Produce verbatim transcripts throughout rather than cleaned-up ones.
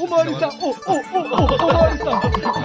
まわりさん、お、お、お、お、おまわりさん。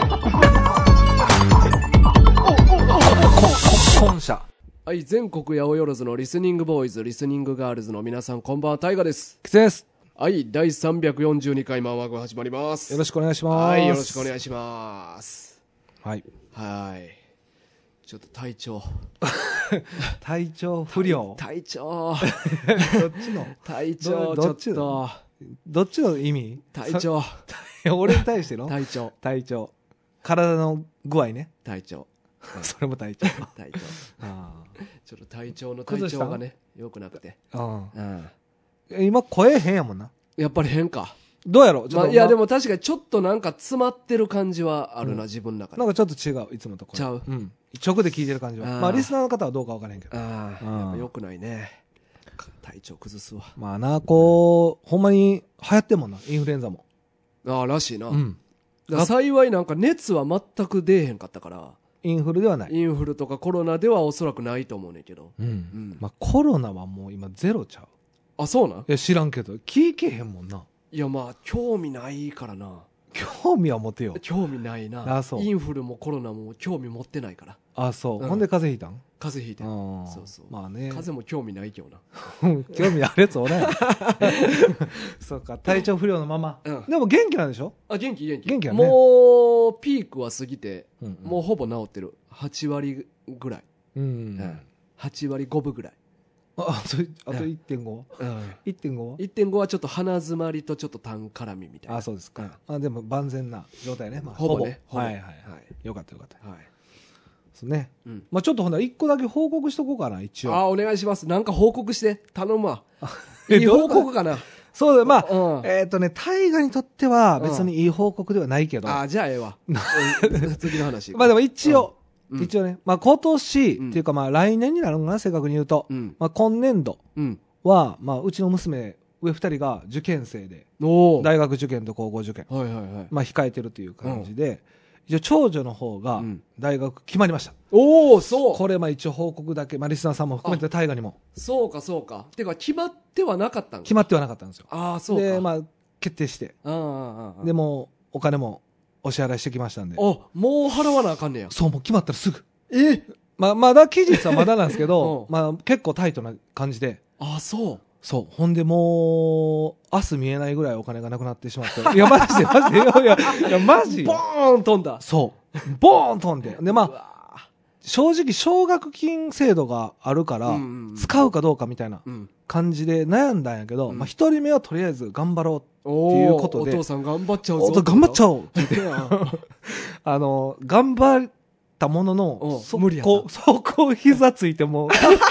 お、お、お、お、 本社。 はい、全国八百万のリスニングボーイズ、リスニングガールズの皆さん、こんばんは、タイガです。 キツです。 はい、だいさんびゃくよんじゅうにかいマンワグ始まります。 よろしくお願いします。 はい、よろしくお願いします。 はい。 はい。ちょっと体調。 体調不良。 体調。 どっちの体調、 どっちょっと。 どっちの意味？ 体調。 俺に対しての体調。 体調。体の具合ね。 体調。 それも体調。 体調。 あちょっと体調の体調がね、良くなくて。 あ。 うん。 今声変やもんな。 やっぱり変か。 どうやろう、 まあ、いやでも確かにちょっとなんか詰まってる感じはあるな、うん、自分の中で。 なんかちょっと違う、いつもとこれ。 ちゃう。 うん。直で聞いてる感じは。あまあリスナーの方はどうかわからへんけど。 ああ、やっぱ良くないね。体調崩すわ。 まあな、こう、ほんまに流行ってんもんな、インフルエンザも。 ああ、らしいな。 うん。 だ幸いなんか熱は全く出えへんかったから。 インフルではない。 インフルとかコロナではおそらくないと思うねんけど。 うん。うん、まあコロナはもう今ゼロちゃう。 あ、そうなん？いや、知らんけど、聞けへんもんな。 いや、まあ、興味ないからな。 興味は持てよ。 興味ないな。 あ、そう。 インフルもコロナも興味持ってないから。 あ、そう。 うん、 ほんで風邪ひいたん？ 風邪ひいてん。 あ、 そうそう。 まあね。 風邪も興味ないけどな。 興味あるやつおらんやん。そうか、体調不良のまま。うん、でも元気なんでしょ？ あ、元気元気。 元気やね。 もう、ピークは過ぎて、 うんうん、 もうほぼ治ってる。はちわりぐらい。 うん。うん、 はちわりごぶぐらい。 あ、それあと いってんご？ うん、いってんご はいってんご はちょっと鼻詰まりとちょっと痰絡みみたいな。 あ、そうですか。うん、あ、でも万全な状態ね。まあ、 ほぼね。 ほぼはいはいはい。よかったよかった。 はい。 そうね。 うん、 まあちょっとほんならいっこだけ報告しとこうかな、一応。 あ、お願いします。なんか報告して。頼むわ。いい報告かな。 そうだ、まあ、 うん、 えっとね、大河にとっては別にいい報告ではないけど。 うん、あ、じゃあええわ。次の話。 まあでも一応、 うん、 一応ね、まあ今年、うん、っていうかまあ来年になるのかな、正確に言うと。うん、まあ今年度は、まあうちの娘、上二人が受験生で、大学受験と高校受験、 はいはいはい、 まあ控えてるという感じで、うん、一応長女の方が大学決まりました。 うん、おお、そう。 これまあ一応報告だけ、まあリスナーさんも含めて大河にも。 そうかそうか。てか決まってはなかったんか。 決まってはなかったんですよ。 ああ、そうか。 で、まあ決定して。 ああ、ああ。 でもお金もお支払いしてきましたんで。 あ、もう払わなあかんねや。 そう、もう決まったらすぐ。 えまあ、まだ期日はまだなんですけど、うん、まあ結構タイトな感じで。 ああ、そう。 そう。ほんでもう、明日見えないぐらいお金がなくなってしまって。いや、マジで、マジで。いや、いや、マジ。 ボーン飛んだ。 そう。ボーン飛んで。で、まあ、正直、奨学金制度があるから、うんうんうん、使うかどうかみたいな感じで悩んだんやけど、うん、まあ、一人目はとりあえず頑張ろうっていうことで。 お父さん頑張っちゃうぞ。 お頑張っちゃおうって言って。あの、頑張ったものの、 そこ、 そこ膝ついても、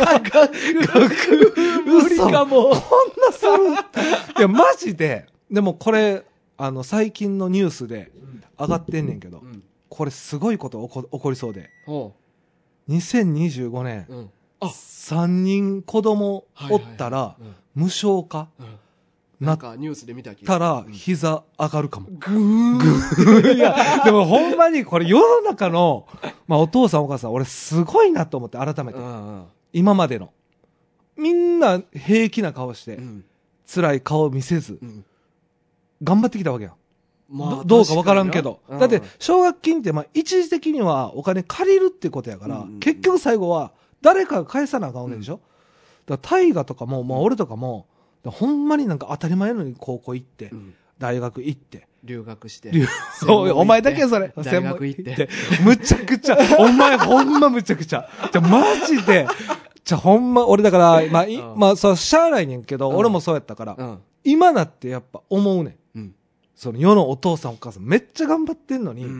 無理かも。 こんなする。いや、マジで。でもこれ、あの、最近のニュースで上がってんねんけど、うん、これすごいこと起こ、起こりそうで。にせんにじゅうごねん、うん、あさんにん子供おったら、無償化。うんなんかニュースで見たたら、膝上がるかも。ぐーん。ぐーん。いや、でもほんまにこれ世の中の、まあお父さんお母さん、俺すごいなと思って改めて。今までの。みんな平気な顔して、うん、辛い顔見せず、うん、頑張ってきたわけや。まあ、ど, どうかわからんけど。うん、だって、奨学金ってまあ一時的にはお金借りるってことやから、うん、結局最後は誰かが返さなあかんわけでしょ。うん、だから大河とかも、まあ俺とかも、ほんまになんか当たり前のように高校行って、うん、大学行って、 留学して。 そう、お前だけそれ。 大学行って。 むちゃくちゃ、お前ほんまむちゃくちゃ。じゃ、マジで、じゃ、ほんま、俺だから、まあ、いうん、まあ、そう、しゃあないねんけど、うん、俺もそうやったから、うん、今なってやっぱ思うねん。うん、その世のお父さんお母さんめっちゃ頑張ってんのに、うん、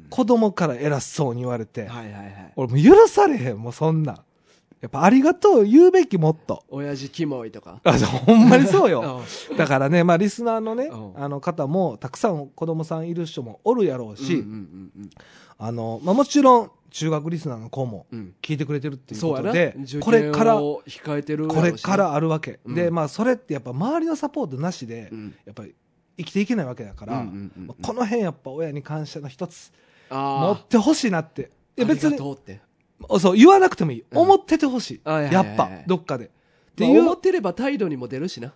子供から偉そうに言われて、はいはいはい、俺もう許されへん、もうそんな。やっぱありがとう言うべきもっと。 親父キモいとか。 あ、ほんまにそうよ。だからね、まあリスナーのね、あの方もたくさん子供さんいる人もおるやろうし、うんうんうんうん、あの、まあもちろん中学リスナーの子も聞いてくれてるっていうことで、うん、これから、 控えてるこれからあるわけ。うん、で、まあそれってやっぱ周りのサポートなしで、うん、やっぱり生きていけないわけだから、うんうんうんうん、この辺やっぱ親に感謝の一つ、持ってほしいなって。いや別に。ありがとうって。そう言わなくてもいい、うん、思っててほしい、やっぱどっかでっていう、まあ、思ってれば態度にも出るしな。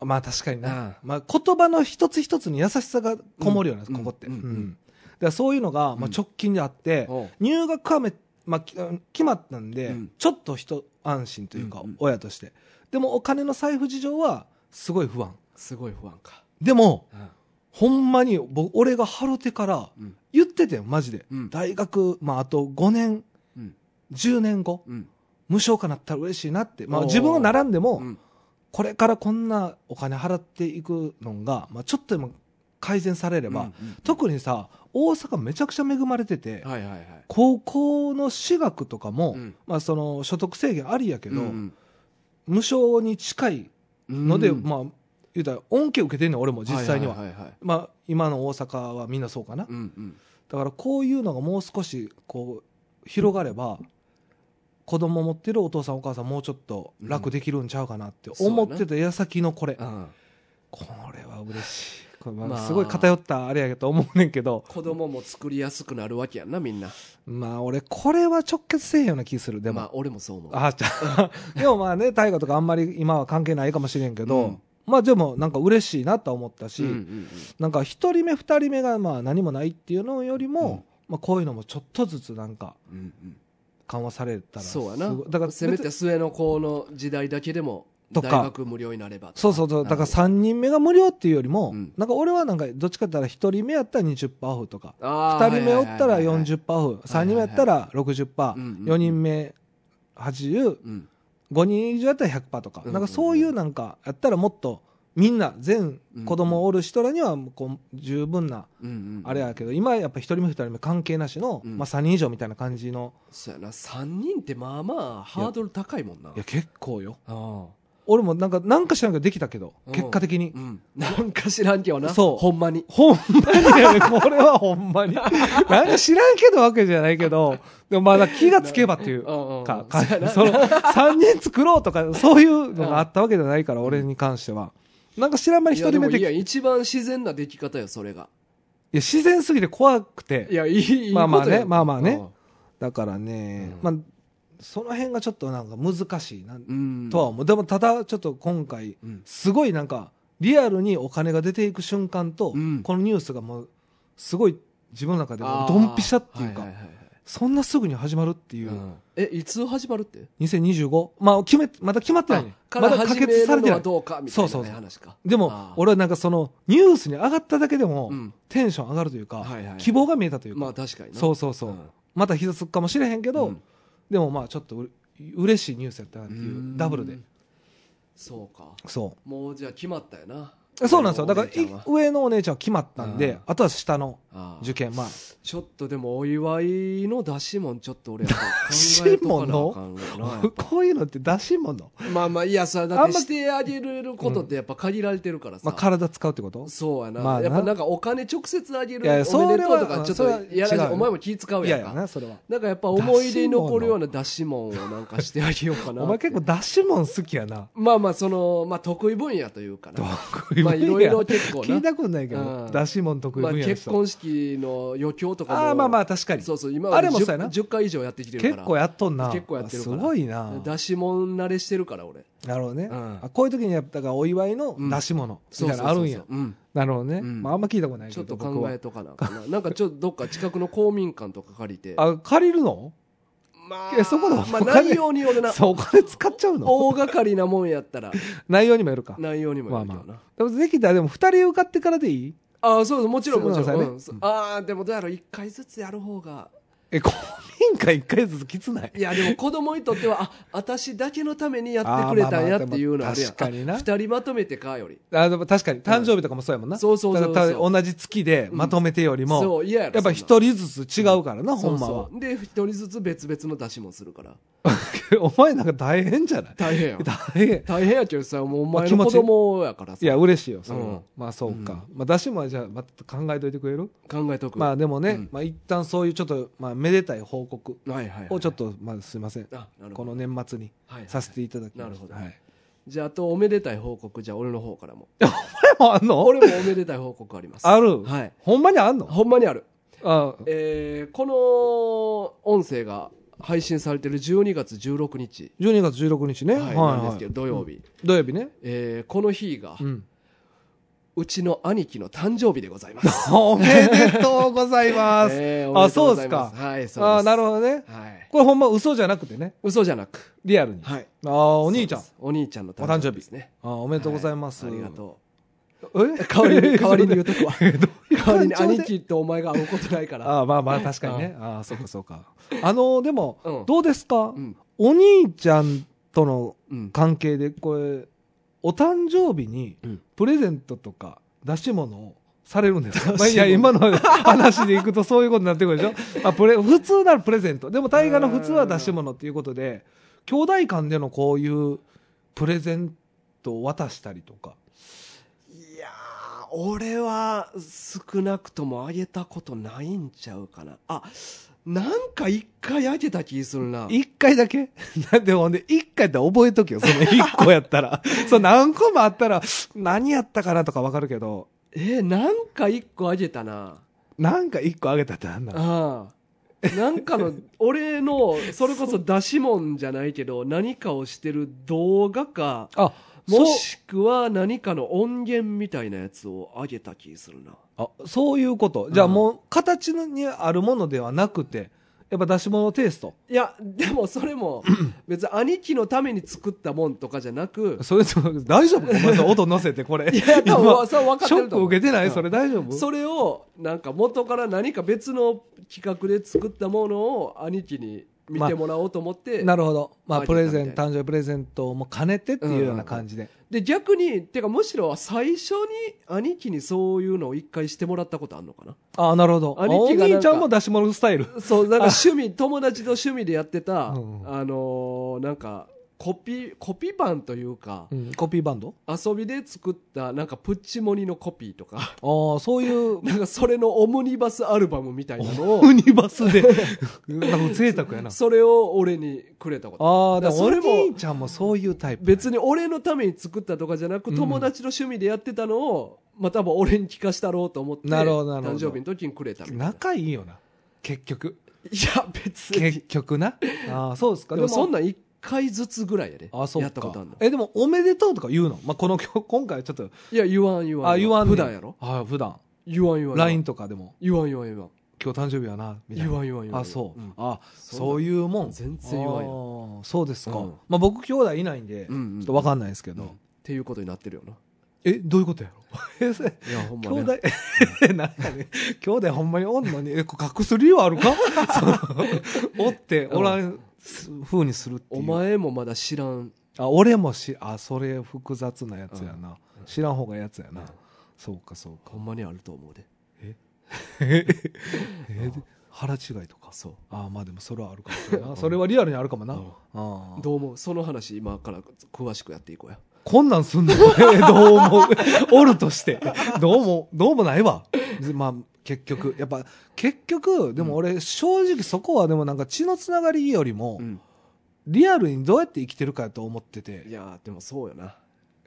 まあ確かにな。 あまあ言葉の一つ一つに優しさがこもるよね、 うんここって。 うんうんだからそういうのが、まあ、直近であって、 おう入学はめ、まあ、き決まったんで、 うんちょっと一安心というか、 うんうん親として。でもお金の財布事情はすごい不安。 すごい不安か。 でも、 うんほんまに僕、俺が払ってからうん言っててん、マジで。 うん大学、まああとごねん、 うんじゅうねんご、 うん無償化なったら嬉しいなって。まあおー自分が並んでも、 うんこれからこんなお金払っていくのが、まあ、ちょっとでも改善されれば、 うんうん特にさ、大阪めちゃくちゃ恵まれてて、 はいはいはい。 高校の私学とかも、 うんまあ、その所得制限ありやけど、 うん無償に近いうんので、 うんまあ、言うたら恩恵を受けてんねん、俺も実際には。 いはいはいはいまあ、今の大阪はみんなそうかな。 うんうんだからこういうのがもう少しこう広がれば、子供持ってるお父さんお母さんもうちょっと楽できるんちゃうかなって思ってた矢先のこれ。 うんこれは嬉しい。これまあまあすごい偏ったあれやけど思うねんけど、 子供も作りやすくなるわけやんな、みんな。 まあ俺これは直結せえへんような気する。でも。 まあ俺もそう思う。 あじゃあでもまあね、大河とかあんまり今は関係ないかもしれんけど、 うんまあでもなんか嬉しいなとは思ったし、 うんうんうんなんか一人目二人目がまあ何もないっていうのよりも、 うんまあこういうのもちょっとずつなんかうんうん緩和されたらそうやなすごいだからせめて末の子の時代だけでもとか大学無料になればとかそうそうそうだからさんにんめが無料っていうよりも、 うんなんか俺はなんかどっちかって言ったらひとりめやったらにじゅっパーセントオフとかあーふたりめおったらよんじゅっパーセントオフさんにんめやったらろくじゅっパーセントうんうんうんよにんめはちじゅううんごにん以上やったらひゃくパーセントとか、 うんなんかそういうなんかやったらもっとみんな全子供おる人らにはこう十分なうんうんあれやけど、今やっぱひとりめふたりめ関係なしの、 うんまあ、さんにん以上みたいな感じの、 そうやなさんにんってまあまあハードル高いもんないや結構よあ俺もなんかなんか知らんけどできたけど、 うん結果的に、 うんなんか知らんけどなそうほんまにほんまにやねこれはほんまになんか知らんけどわけじゃないけどでもまだ気がつけばっていううんうんか、かそうやなそのさんにん作ろうとかそういうのがあったわけじゃないから、俺に関してはなんか知らん間にい一人目でやでもいや一番自然な出来方よそれがいや自然すぎて怖くていやいいいいまあまあねことやまあまあねだからね、 うんまあその辺がちょっとなんか難しいな、 うんとは思うでもただちょっと今回うんすごいなんかリアルにお金が出ていく瞬間と、 うんこのニュースがもうすごい自分の中でもあードンピシャっていうか、 はいはいはいはいそんなすぐに始まるっていう、 うんえいつ始まるってにせんにじゅうごまあ決めまだ決まってないねからまだ可始め決されてないるのはどうかみたいなそうそうそう話かでもあー俺はなんかそのニュースに上がっただけでも、 うんテンション上がるというか、 はいはい希望が見えたというか、 まあ確かになそうそうそう、 うんまた膝つくかもしれへんけど、 うんでもまあちょっとう嬉しいニュースやったなっていううんダブルでそうかそもうじゃあ決まったよなうそうなんですよだからお姉ちゃんはい上のお姉ちゃんは決まったんで、 うんあとは下のああ受験まあちょっとでもお祝いの出し物ちょっと俺やっぱ考えとかなあかんよなやっぱこういうのって出し物、 まあまあいやさだあんまってしてあげることってやっぱ限られてるからさ、 まあ、体使うってことそうやな、 まあなやっぱなんかお金直接あげるいやいやおめでとうとそれはかちょっとそれはやら違うよお前も気使ういやいややんかなそれはなんかやっぱ思い出に残るような出し物をなんかしてあげようかなお前結構出し物好きやなまあまあその、まあ、得意分野というかな得意分野まあいろいろ結構な聞いたことないけど、 うん出し物得意まあ、 分野の人、 結婚式の余興とかもああまあまあ確かにそうそう今まであれもそうやなじゅっ, じゅっかい以上やってきてるから結構やっとんな結構やってるからすごいな出し物慣れしてるから俺なるほどね、 うんあこういう時にやっぱだからお祝いの出し物みたいなのあるんや、 そうそうそううんなるほどね、 うんまあ、あんま聞いたことないけちょど僕はっと考えとかなあかんななんかちょっとどっか近くの公民館とか借りてあ借りるのまいやそこでおまあ、 金内容によるなそうお金使っちゃうの大掛かりなもんやったら内容にもよるか内容にもよるけどな、 まあでもできたらでもふたり受かってからでいいああそうそうもちろんもちろん、 そうなんうんですよねああでもどうやろういっかいずつやる方がえ公民館いっかいずつきつないいやでも子供にとってはあ私だけのためにやってくれたんやっていうのあるやんあーまあまあでも確かになあ二人まとめてかよりあでも確かに誕生日とかもそうやもんな、 そうそうそうそうだから同じ月でまとめてよりも、 そう嫌やろやっぱそんなん一人ずつ違うからな、ほんまはそうそうで一人ずつ別々の出しもするからお前なんか大変じゃない大変や大変大変やけどさもうお前まあ気持ちの子供やからさいや嬉しいよそれは、 うんまあそうか、まあ出しもじゃあまた考えといてくれる考えとくまあでもね、 うんまあ一旦そういうちょっと、まあ、めでたい報告はいはいはいをちょっとまあすいません、 あなるこのほど年末にはいはいさせていただきます、 なるほどはい、 じゃああとおめでたい報告じゃあ俺の方からもこれもあんの俺もおめでたい報告ありますある、 はいほんまにあんのほんまにあるあえーこの音声が配信されてるじゅうにがつじゅうろくにち、 じゅうにがつじゅうろくにちね。 はい、なんですけど土曜日、 土曜日ね。 えーこの日が、 う。 うんちの兄貴の誕生日でございますおめでとうございます。 えーおめでとうございますあそうっすかはい、そうです。 ああ、なるほどね。 はい、 これほんま嘘じゃなくてね。 嘘じゃなく、 リアルに。 はい、 ああ、お兄ちゃん。 そうですお兄ちゃんの誕生日ですね。 ああ、おめでとうございます。 はいありがとえう。代わりに、代わりに言うとくわ。 どういう代わりに感情で兄貴とお前が会うことないから。 ああ、まあまあ、確かにね。ああ、そうかそうか。あの、でも、 うんどうですか、 うん。 お兄ちゃんとのうん。 関係で、これ、お誕生日にうんプレゼントとか出し物をされるんですか、 出し物まあ、いや、今の話でいくとそういうことになってくるでしょあプレ普通ならプレゼント。でも大概の普通は出し物っていうことで、兄弟間でのこういうプレゼントを渡したりとか。 いやー、俺は少なくともあげたことないんちゃうかな。あ、なんか一回あげた気するな。 一回だけなんでほんで、一回って覚えとけよ、その一個やったら。そう、何個もあったら、何やったかなとかわかるけど、 えー、なんか一個あげたな。 なんか一個あげたってなんだああ。なんかの、俺の、それこそ出し物じゃないけど、何かをしてる動画か、 あ、 もしくは何かの音源みたいなやつをあげた気するな。 あ、そういうこと。じゃあうんもう、形にあるものではなくて、やっぱ出し物テイスト。 いや、でもそれも、別に兄貴のために作ったもんとかじゃなく、 それと、大丈夫まず音乗せて、これ。 いや、多今分、それ分かっショックてると思う。 受けてない、 うんそれ大丈夫それを、なんか元から何か別の企画で作ったものを兄貴に見てもらおうと思って、 なるほど。まあ、 あげたプレゼン、 みたい誕生日プレゼントも兼ねてっていうような感じで。 で、逆に、てかむしろ最初に兄貴にそういうのを一回してもらったことあるのかな。 ああ、なるほど。 兄貴がなんかお兄ちゃんも出し物スタイル。 そう、なんか趣味、友達と趣味でやってた、 うんあのーなんか、コピ、コピ版というか、 うん、コピーバンド遊びで作った、なんかプッチモニのコピーとか、 ああ、そういう、 なんかそれのオムニバスアルバムみたいなのを、 ユニバスで、なんか贅沢やな。 それを俺にくれたこと。 ああ、でもおそれも兄ちゃんもそういうタイプ。 別に俺のために作ったとかじゃなく、 うん友達の趣味でやってたのを、まあ多分俺に聞かしたろうと思って、 なるほどなるほど誕生日の時にくれたみたいな。 仲いいよな。結局。 いや、別に。 結局な。ああ、そうですか。 でもそんなん一回ずつぐらいやで。 あ、そうか。 やったことあるの。 え、でも、おめでとうとか言うのまあ、この、今日今回ちょっと、 いや、言わん言わん。 あ、言わんね普段やろはい、普段。 言わん言わん。 ライン とかでも、 言わん言わん言わん。 今日誕生日やな、みたいな。 言わん言わん言わん。 あ、そう。 んあ、 そそういうもん。 全然言わんよ。 あーそうですか。 うんまあ、僕、兄弟いないんで、ちうんうんょっとわかんないですけど。 っていうことになってるよな。 え、どういうことやろえそれいや、ほんま兄ね。 弟、なんかね、兄弟ほんまにおんのに、え、これ隠す理由あるかそうおって、おらん風にするっていう。 お前もまだ知らん。 あ、俺もし、あ、それ複雑なやつやな。 うん知らん方がやつやな。 うんそうか、そうか。 ほんまにあると思うで。 えで腹違いとか。 そう。 あまあでもそれはあるかもしれないな。それはリアルにあるかもな。 うんあーどう思うその話今から詳しくやっていこうや。 こんなんすんのえどう思うおるとして。どうも、どうもないわ。まあ、結局。やっぱ、結局、でも俺、正直そこはでもなんか血のつながりよりも、 うん。 リアルにどうやって生きてるかやと思っていて。 やーでもそうよな。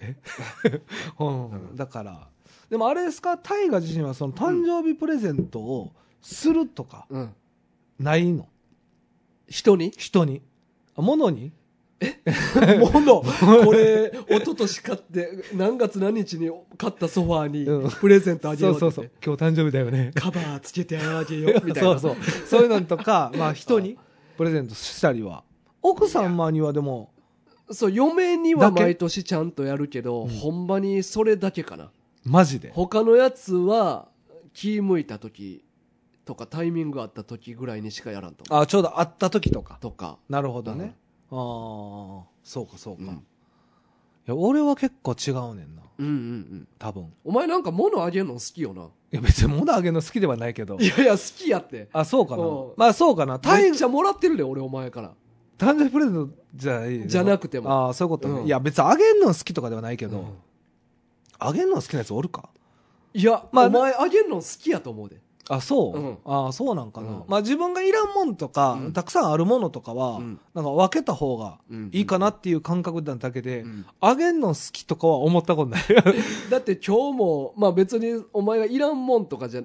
うん。だから。でもあれですか、大河自身はその誕生日プレゼントをするとか、 うん。 ないの人に人に。あ物にものこれ、一昨年買って、何月何日に買ったソファーうんにプレゼントあげよって、 そううそうそう。今日誕生日だよね。 カバーつけてあげようみたいな。 そうそう。そういうのとか、まあ人にプレゼントしたりは。奥様にはでも、 そう、嫁にはだけ毎年ちゃんとやるけど、 うんほんまにそれだけかな。 マジで。 他のやつは、気向いた時とかタイミングあった時ぐらいにしかやらんと思う。 あ、ちょうど会った時とか。 とか。 なるほどね。ああ、そうかそうか。 うんいや、俺は結構違うねんな。 うんうんうん。 多分。 お前なんか物あげるの好きよな。 いや、別に物あげるの好きではないけどい。やいや、好きやって。 あ、そうかなうん。 まあそうかな。 め大っちゃもらってるで、俺お前から。 誕生日プレゼントじゃいいじゃなくてもああ、そういうことね。 うんいや、別にあげんの好きとかではないけど、 うんあげんの好きなやつおるかいや、 まあお前あげるの好きやと思うで。 あ、そう、 うんあそうなんかな。 うんまあ自分がいらんもんとか、 うんたくさんあるものとかは、 うんなんか分けた方がうんいいかなっていう感覚なだけで、 うんあげんの好きとかは思ったことない。 だって今日も、まあ別にお前がいらんもんとかじゃ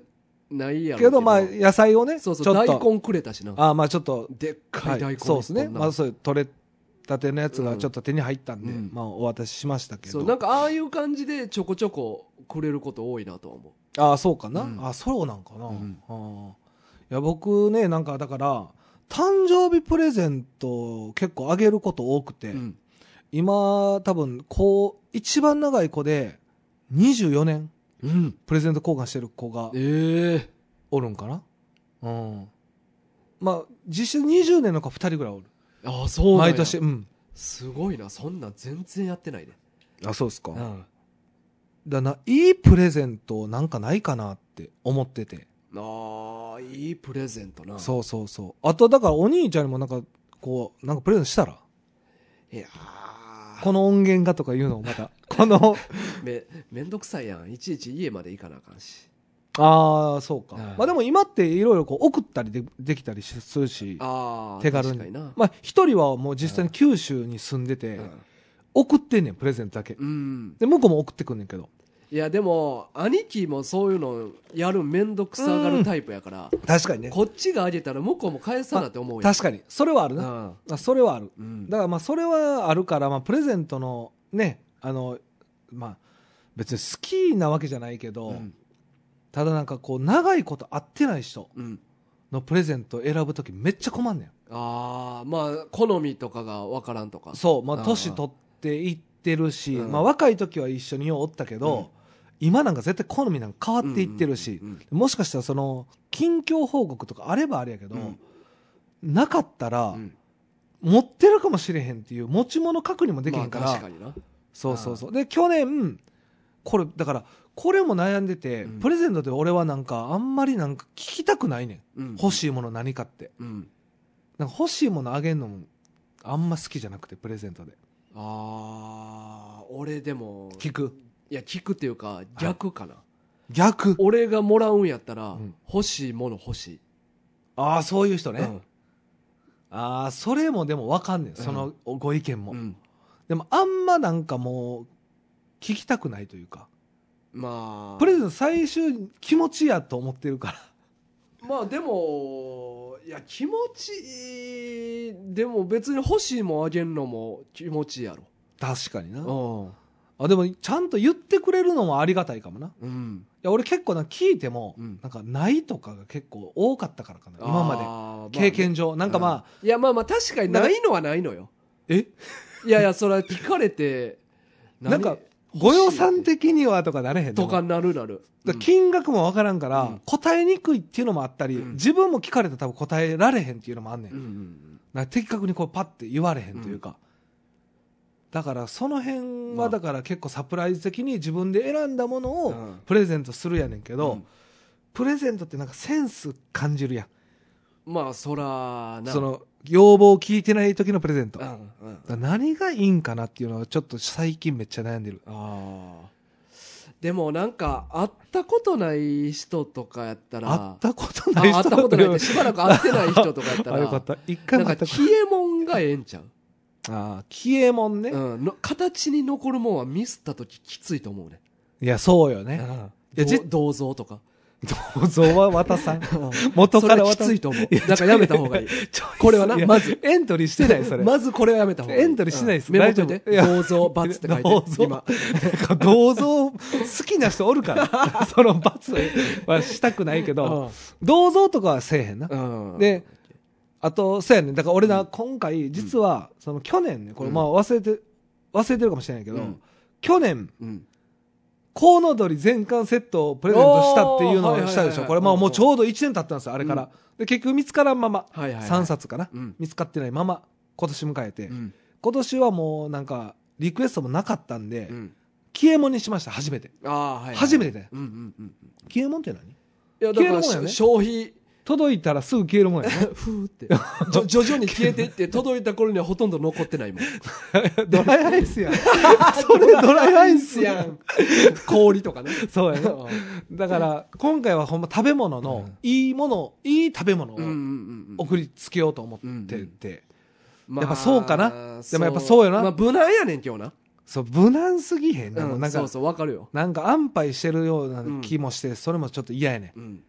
ないやろけどまあ野菜をねそうそうちょっと大根くれたしなあまあちょっとでっかい大根、 そうですね一本なまあそういう取れたてのやつがちょっと手に入ったんで、 うんまあお渡ししましたけど、 そうなんかああいう感じでちょこちょこくれること多いなとは思ああそうかな、 うんあそうなんかな、 うんあーいや僕ねなんかだから誕生日プレゼント結構あげること多くて、 う、うん、 今多分こう一番長い子でにじゅうよねんうん、 プレゼント交換してる子がええおるんかな、うん、まあ実質にじゅうねんの子ふたりぐらいおるああそうなんや毎年うんすごいなそんなん全然やってないで、 あそうですか、 うんだないいプレゼントなんかないかなって思っててああいいプレゼントなそうそうそうあとだからお兄ちゃんにもなんかこうなんかプレゼントしたらいやーこの音源がとか言うのをまたこのめめんどくさいやんいちいち家まで行かなあかんしああそうか、 うんまあでも今っていろいろこう送ったりでできたりするしああ手軽に確かにな、 まあ一人はもう実際に九州に住んでて、送ってんねんプレゼントだけうん、うん、 で向こうも送ってくんねんけどいやでも兄貴もそういうのやるめんどくさがるタイプやから、 確かにねこっちがあげたら向こうも返さなって思うやん、 確かにそれはあるな、 うんあそれはあるうんだからまあそれはあるから、まあ、プレゼントのねあのまあ別に好きなわけじゃないけど、 うんただなんかこう長いこと会ってない人うんのプレゼント選ぶときめっちゃ困んねんああまあ好みとかが分からんとかそうまああー年取っていってるし、 うんまあ、若い時は一緒にようおったけど、 うん今なんか絶対好みなんか変わっていってるし、 うんうんうんもしかしたらその近況報告とかあればあれやけど、 うんなかったら、 うん持ってるかもしれへんっていう持ち物確認もできへんから、 まあ確かになそうそうそうで去年これだからこれも悩んでて、 うんプレゼントで俺はなんかあんまりなんか聞きたくないねん、 うん欲しいもの何かってうんなんか欲しいものあげるのもあんま好きじゃなくてプレゼントでああ俺でも聞くいや聞くっていうか逆かな、 逆俺がもらうんやったら、 うん欲しいもの欲しい、 ああそういう人ね、 うんああそれもでも分かんねんそのご意見も、 うんでもあんまなんかもう聞きたくないというかまあプレゼント最終気持ちやと思ってるからまあでもいや気持ちいいでも別に欲しいもんあげるのも気持ちいいやろ確かになうあでもちゃんと言ってくれるのもありがたいかもないんや俺結構なんか聞いても、 うんなんかないとかが結構多かったからかな今までま経験上、なんかまあ、 いやまあまあ確かにないのはないのよえいやいやそれは聞かれてなんか何ご予算的にはとかなれへんとかでもなるなるだから金額もわからんから、 うん答えにくいっていうのもあったり、 うん自分も聞かれたら多分答えられへんっていうのもあんねん、 うんうんなんか的確にこうパッて言われへんというか、だからその辺まあはだから結構サプライズ的に自分で選んだものをうんプレゼントするやねんけど、 うんプレゼントってなんかセンス感じるやんまあそらなその要望を聞いてない時のプレゼント、 うんだかうんら何がいいんかなっていうのはちょっと最近めっちゃ悩んでるああでもなんか会ったことない人とかやったら会ったことあない人会ったことないってしばらく会ってない人とかやったあよからった一回なんかも会ったこと消えもんがええんちゃう、 ああ消えもんね、 うん、の形に残るもんはミスった時きついと思うね、 いやそうよね、いやじどう銅像とか銅像は渡さん元からそれ渡さんきついと思うだからやめた方がいいちょこれはないやまずエントリーしてないそれまずこれはやめた方がいいエントリーしないですうんメモっといて大丈夫いや銅像バツって書いて銅像今なんか銅像好きな人おるからその罰はしたくないけど銅像とかはせえへんな、 うんであとそうやねんだから俺な、今回実はその去年ねこれまあ忘れて忘れてるかもしれないけど、 うん去年うんコウノドリ全巻セットをプレゼントしたっていうのをしたでしょ、 おーはいはいはいこれまあもうちょうどいちねん経ったんですよあれから、 うんで結局見つからんまま、 はいはいはいさんさつかな、 うん見つかってないまま今年迎えて、 うん今年はもうなんかリクエストもなかったんで、 うん消えもんにしました初めてああはいはい初めてねうんうんうん消えもんって何いやだから消えるもんやね消費届いたらすぐ消えるもんやねふーってじょ徐々に消えていって届いた頃にはほとんど残ってないもんドライアイスやんそれドライアイスやん氷とかねそうやなだから今回はほんま食べ物のいいものいい食べ物をうんうんうんうん送りつけようと思ってて、 まあやっぱそうかなでもやっぱそうよなまあ無難やねん今日なそう無難すぎへんな、もうなんかうんそうそうわかるよなんか安牌してるような気もして、それもちょっと嫌やねんうん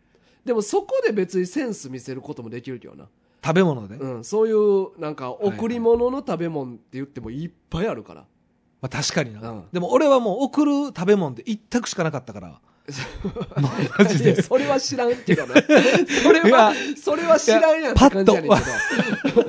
でもそこで別にセンス見せることもできるけどな、 食べ物で、まうん、そういうなんか贈り物の食べ物って言ってもいっぱいあるから、 あ、確かにな、 うんでも俺はもう送る食べ物で一択しかなかったからもうマジでいやそれは知らんけどなそれいはやそれは知らんやんって感じやねんけど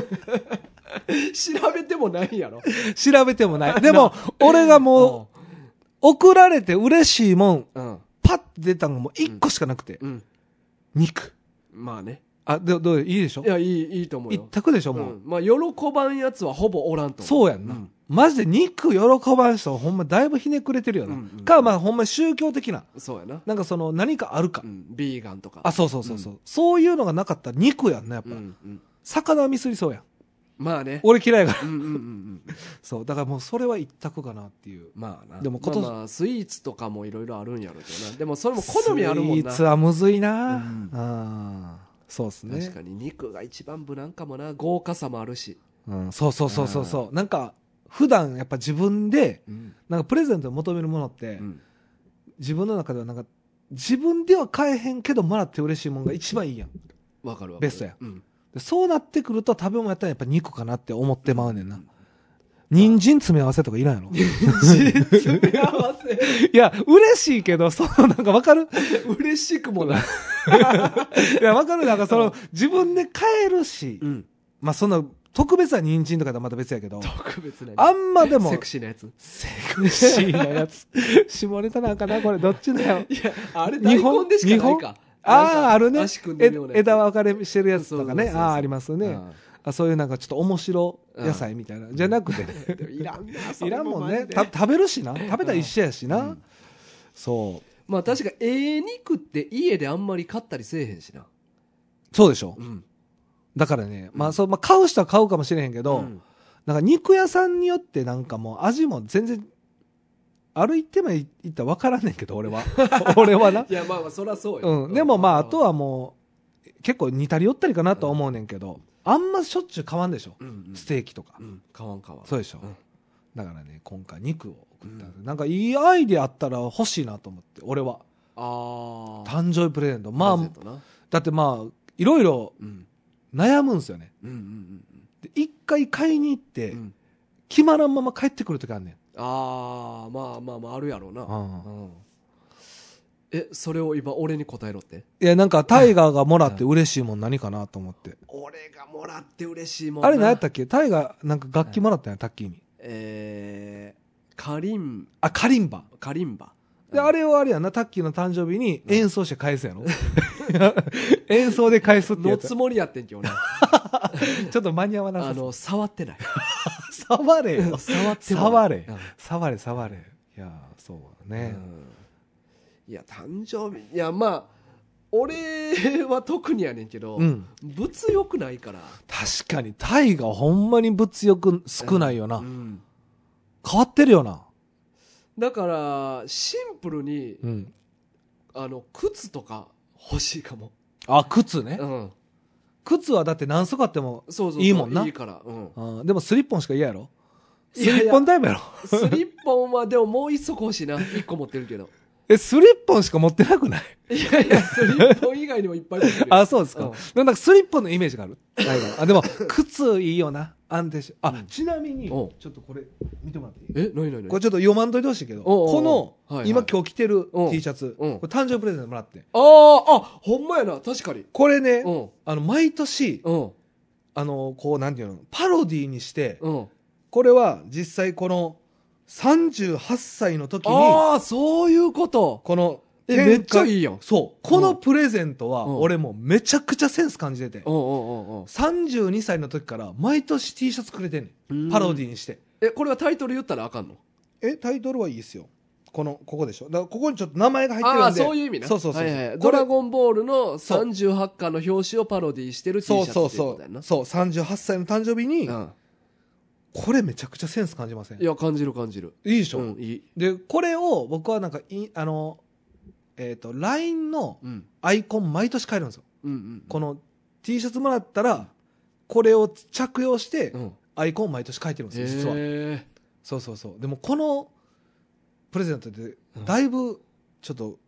パ調べてもないやろ。 調べてもない。でも俺がもう送られて嬉しいもんうん、 パッて出たのがもう一個しかなくて、 うん、 肉。 まあね。 あ、でどういいでしょ、 いや、いい、いいと思う一よ。 択でしょ、もう、 うん、まあ、喜ばんやつはほぼおらんと思う。 そうやんな、 うんマジで肉喜ばん人はほんまだいぶひねくれてるよな、 うんうんかまあほんま宗教的なそうやな。 なんかその何かあるか、 うん、ビーガンとか。 あ、そうそうそうそう、そういうのがなかったら肉やんなやっぱ、 うんうん、 魚はミスりそうやん、 まあね。 俺嫌いやからうんうんうんうん。 そうだからもうそれは一択かなっていう。 まあな。 でも今年まあまあ、スイーツとかもいろいろあるんやろうけどな。でもそれも好みあるもんな。 スイーツはむずいな、 うんあーそうっすね、 確かに肉が一番無難かもな。豪華さもあるし。 うん、そうそうそうそうそうなんか普段やっぱ自分でうんなんかプレゼントを求めるものって、 うん、 自分の中ではなんか自分では買えへんけどもらって嬉しいものが一番いいやん。 わかるわかる。 ベストやうん。 でそうなってくると食べ物やったらやっぱ肉かなって思ってまうねんな。人参詰め合わせとかいらんやろ詰め合わせ。 いや嬉しいけどそのなんかわかる嬉しくもない。 いやわかるなんかその自分で買えるし、 うん。 まあそんな特別な人参とかとはまた別やけど特別な。 あんまでもセクシーなやつ。 セクシーなやつ下ネタなんかなこれどっちだよ。 いや、あれ大根でしかないか。 あああるね足組んでるようなやつ枝分かれしてるやつとかねそうそうそうそうああありますね、 うんあそういうなんかちょっと面白野菜みたいな、じゃなくて、ね、 でもいらんな、そいれらんもんねマジでた食べるしな食べたら一緒やしな、 うんそうまあ確かええ肉って家であんまり買ったりせえへんしな。 そうでしょ、 うん。 だからね、まあそうまあ、買う人は買うかもしれへんけど、 うんなんか肉屋さんによってなんかもう味も全然歩いてもいったら分からんねんけど俺は俺はな、 いや、まあまあ、そりゃそうよ。 うん、でもまああとはもう結構似たり寄ったりかなとは思うねんけど、あんましょっちゅう買わんでしょ、 うんうん、 ステーキとか、 うん、買わん買わん。 そうでしょ、 うんだからね今回肉を送ったんで、 うなんかいいアイデアあったら欲しいなと思って俺はああ。 誕生日プレゼントまあプレゼントな。 だってまあいろいろうん。 悩むんですよねうんうんうんで一回買いに行って、 うん。うん、 決まらんまま帰ってくる時あんねん、 ああ、まあまあまあ、あるやろうな。 うんうん。え、それを今、俺に答えろって。 いやなんかタイガーがもらって嬉しいもん何かなと思って、 俺がもらって嬉しいもんな。 あれ何やったっけタイガーなんか楽器もらったんやタッキーにえー、カリン、 あカリンバカリンバ。 で、あれをあれやんな、タッキーの誕生日に演奏して返すやろ、演奏で返すってやつ。 のつもりやってんけどな。 ちょっと間に合わなさそう。 あの、触ってない。 触れよ。 触っても触れうん。 触れ、触れ。いや、そうだね。 うんいや、誕生日、いや、まあ、俺は特にやねんけど、 うん。 物欲ないから。 確かに、タイがほんまに物欲少ないよな。 うん変わってるよな。 だから、シンプルに、 うん。 あの、靴とか欲しいかも。 あ、靴ね。 うん。 靴はだって何足あっても、 そうそうそう。 いいもんないいから。うん。 うんでもスリッポンしか嫌やろスいやいやリッポンタイプやろスリッポンはでももう一足欲しいな。一個持ってるけど。 え、スリッポンしか持ってなくないいやいや、スリッポン以外にもいっぱい持ってるよ。 あ、そうですか。 うんでもなんかスリッポンのイメージがある。ないかなあ、でも、靴いいよな。安定して。あ、 うんちなみに、ちおうょっとこれ、見てもらっていいえ、なになになにこれちょっと読まんといてほしいけど、 おうおうおうこの、 はいはい今今日着てるおう T シャツ、 うんこれ誕生日プレゼントもらって。 ああ、あ、ほんまやな、確かに。 これね、 うん。 あの、毎年、 うん。 あの、こう、なんていうの、パロディーにして、 うん。 これは実際この、さんじゅうはっさいの時に、 ああ、そういうこと。 この、 え、めっちゃいいいやん。 そう。このプレゼントは、 うん俺もうめちゃくちゃセンス感じてて、 うんうんうんうん。 さんじゅうにさいの時から毎年 T シャツくれてんねん。パロディーにして。 え、これはタイトル言ったらあかんの？ え、タイトルはいいですよ。この、ここでしょ。だからここにちょっと名前が入ってるんで。 ああ、そういう意味な。 そうそうそう。 はいはいはいこれドラゴンボールのさんじゅうはち巻の表紙をパロディしてる T シャツそうっていうことやんな。 そうそう。そう、さんじゅうはっさいの誕生日に、 うん。 これめちゃくちゃセンス感じません？ いや、感じる感じる。 いいでしょ、 うん、いい。 で、これを僕はなんか、いあの、えっ、と、ライン のうん。 アイコン毎年変えるんですよ。 うんうん。 この T シャツもらったら、これを着用してう、ん。 アイコンを毎年変えてるんですよ、実は。 へそうそうそう。でもこのプレゼントで、だいぶ、ちょっと、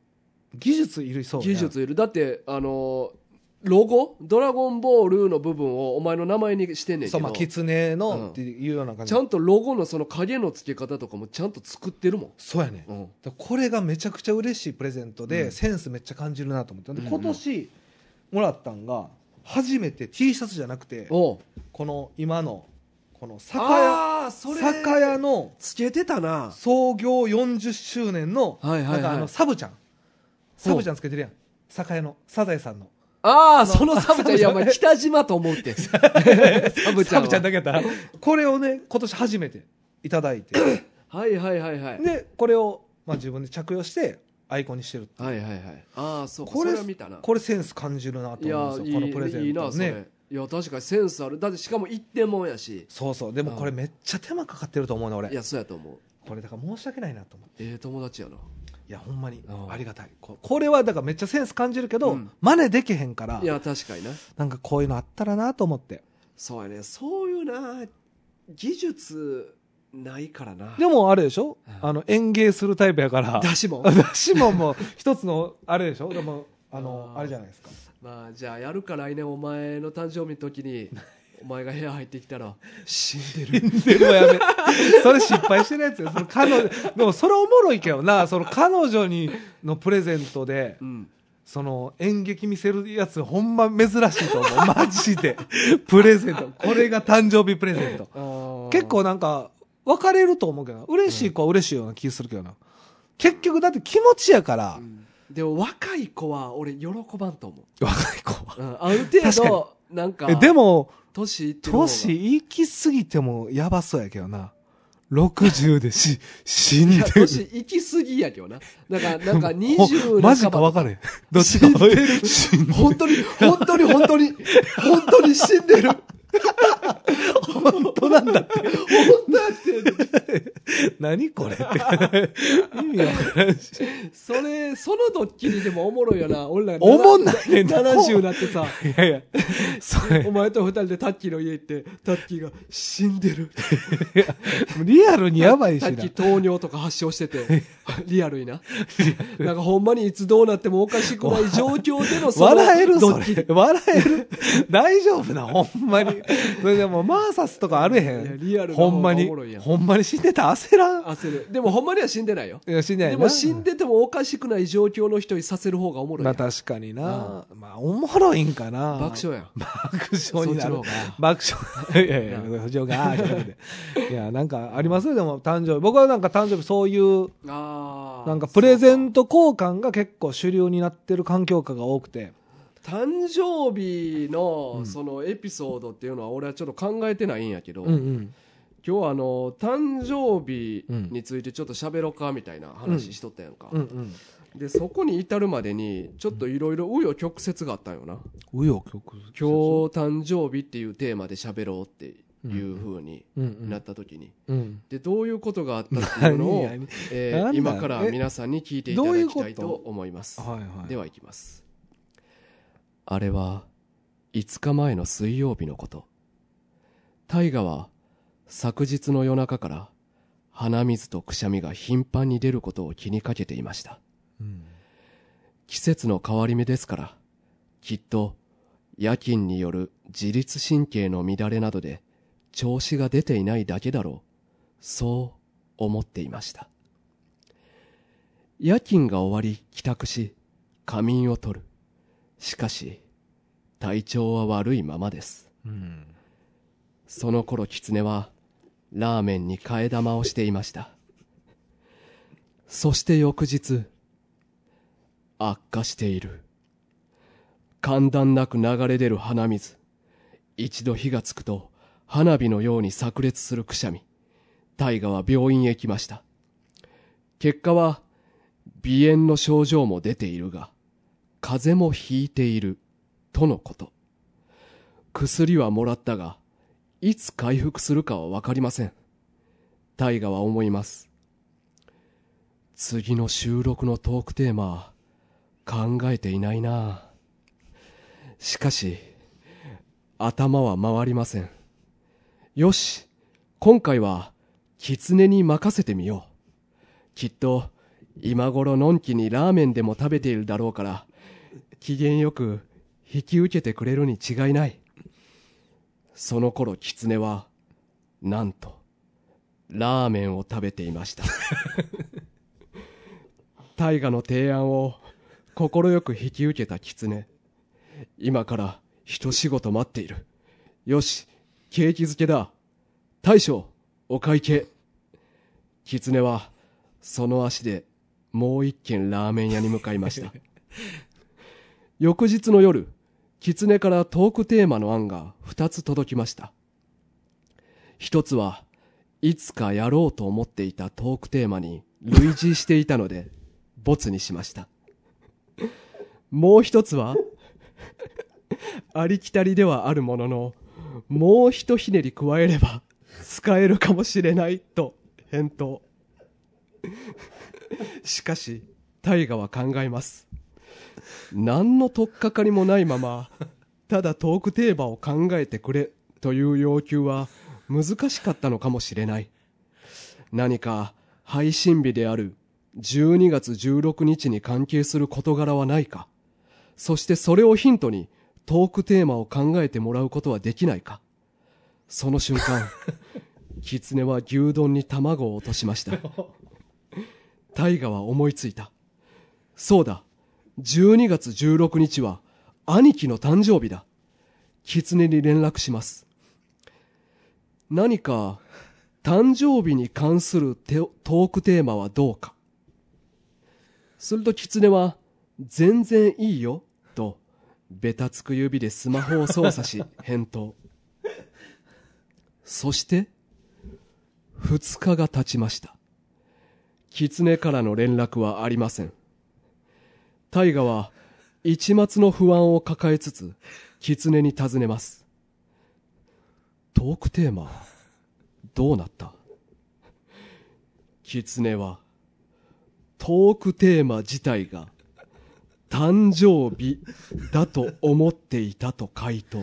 技術いるそうや技術いる。だってあのロゴドラゴンボールの部分をお前の名前にしてんねんけど、 そう、まあ、狐うんのっていうような感じ、 ちゃんとロゴのその影の付け方とかもちゃんと作ってるもん。 そうやね、 うんだからこれがめちゃくちゃ嬉しいプレゼントで、 うんセンスめっちゃ感じるなと思って、でうんうん今年もらったんが初めて T シャツじゃなくて、 おうこの今のこの酒屋あーそれ酒屋のつけてたな。 創業よんじゅっしゅうねんの、 はいはいはいなんかあのサブちゃんサブちゃんつけてるやん、酒屋のサザエさんのああそのサブちゃん、いやお前北島と思うってサブちゃんはサブちゃんだけやったらこれをね今年初めていただいてはいはいはいはいでこれを、まあ、自分で着用してアイコンにしてる。 はいはいはいああそうか、 これそれは見たな。 これセンス感じるなとい思うんですよ、 やいいこのプレゼントいいなそれ、 ね。 いや確かにセンスある。だってしかも一点もんやし。 そうそう、でもこれめっちゃ手間かかってると思うね俺。 いやそうやと思う。 これだから申し訳ないなと思って。 ええ友達やな。 いやほんまにうんありがたい。ここれはだからめっちゃセンス感じるけど、 うん真似できへんからいや確かにな。 なんかこういうのあったらなと思って。 そうやね、そういうな技術ないからな。 でもあれでしょ、 うんあの園芸するタイプやからだしもだしももう一つのあれでしょ、でもあのあーあれじゃないですか。 まあじゃあやるか来年お前の誕生日の時にお前が部屋入ってきたら死んでるでもやめそれ失敗してるやつよ。その彼女でもそれおもろいけどな、その彼女にのプレゼントでうんその演劇見せるやつほんま珍しいと思うマジでプレゼント、これが誕生日プレゼント結構なんか分かれると思うけどな、嬉しい子は嬉しいような気するけどな、結局だって気持ちやから、 うんでも若い子は俺喜ばんと思う、 若い子はうん、ある程確か度なんかえでも年いってる方が年行き過ぎてもやばそうやけどな、ろくじゅうでし死んいやでる年行き過ぎやけどな。なんかなんかにじゅうほマジか分かれへん。どっちか死んでる死んでる本当に本当に本当に本当に死んでる本当なんだって。 本当やって何これって。意味わからんし。 それそのドッキリでもおもろいよな。俺らがおもんないねんなななじゅうになってさいやいや、それお、前と二人でタッキーの家行ってタッキーが死んでるリアルにやばいしなタッキー。糖尿とか発症しててリアルにななんかほんまにいつどうなってもおかしくない状況でのその笑えるそドッキリれ。笑える大丈夫なほんまに。それでもマーサスとかあるへいやん。 リアルなほんまに。 方がおもろいやんほんまに死んでたら焦らん。 焦る。でもほんまには死んでないよ。 いや、死んでないな。 でも死んでてもおかしくない状況の人にさせる方がおもろいやん。 まあ確かにな。まあおもろいんかな。 爆笑やん。 爆笑になるそっちの方が。 爆笑。いやいや、不条が、じゃなくて。いや、なんかありますよ、でも誕生日。僕はなんか誕生日そういう、 あーなんかプレゼンそうト交換が結構主流になってる環境下が多くて。 か誕生日うのんそのエピソードっていうのは俺はちょっと考えてないんやけど、 うんうん。 今日はあの誕生日についてちょっと喋ろうかみたいな話しとったやんか、 うんうん。 でそこに至るまでにちょっといろいろ紆余曲折があったんよな。 うよ、曲。 今日誕生日っていうテーマで喋ろうっていう風にうんうん。 なった時に、 うん。 でどういうことがあったっていうのを何、 えー何今から皆さんに聞いていただきたいと思います。 はいはい。 ではいきます。あれはいつかまえの水曜日のこと。大河は昨日の夜中から鼻水とくしゃみが頻繁に出ることを気にかけていました。 うん。 季節の変わり目ですから、きっと夜勤による自律神経の乱れなどで調子が出ていないだけだろう。そう思っていました。夜勤が終わり帰宅し、仮眠をとる。しかし、体調は悪いままです。 うん。 その頃狐はラーメンに替え玉をしていました。そして翌日、悪化している。間断なく流れ出る鼻水。一度火がつくと花火のように炸裂するくしゃみ。大河は病院へ来ました。結果は鼻炎の症状も出ているが、風邪もひいているとのこと。薬はもらったが、いつ回復するかはわかりません。大河は思います。次の収録のトークテーマ、考えていないな。しかし、頭は回りません。よし、今回は、狐に任せてみよう。きっと、 今頃のんきにラーメンでも食べているだろうから、機嫌よく引き受けてくれるに違いない。その頃狐はなんとラーメンを食べていました。大河の提案を快く引き受けた狐。今から一仕事待っている。よし、景気づけだ。大将、お会計。狐はその足でもう一軒ラーメン屋に向かいました。翌日の夜、狐からトークテーマの案が二つ届きました。一つはいつかやろうと思っていたトークテーマに類似していたのでボツにしました。もう一つはありきたりではあるものの、もう一ひねり加えれば使えるかもしれないと返答。しかし大河は考えます。何の取っかかりもないまま、ただトークテーマを考えてくれという要求は難しかったのかもしれない。何か配信日であるじゅうにがつじゅうろくにちに関係する事柄はないか。そしてそれをヒントにトークテーマを考えてもらうことはできないか。その瞬間、狐は牛丼に卵を落としました。大河は思いついた。そうだ、じゅうにがつじゅうろくにちは兄貴の誕生日だ。狐に連絡します。何か誕生日に関するテトークテーマはどうか。すると狐は全然いいよとべたつく指でスマホを操作し返答。そして二日が経ちました。狐からの連絡はありません。大河は一抹の不安を抱えつつ狐に尋ねます。トークテーマどうなった？狐はトークテーマ自体が誕生日だと思っていたと回答。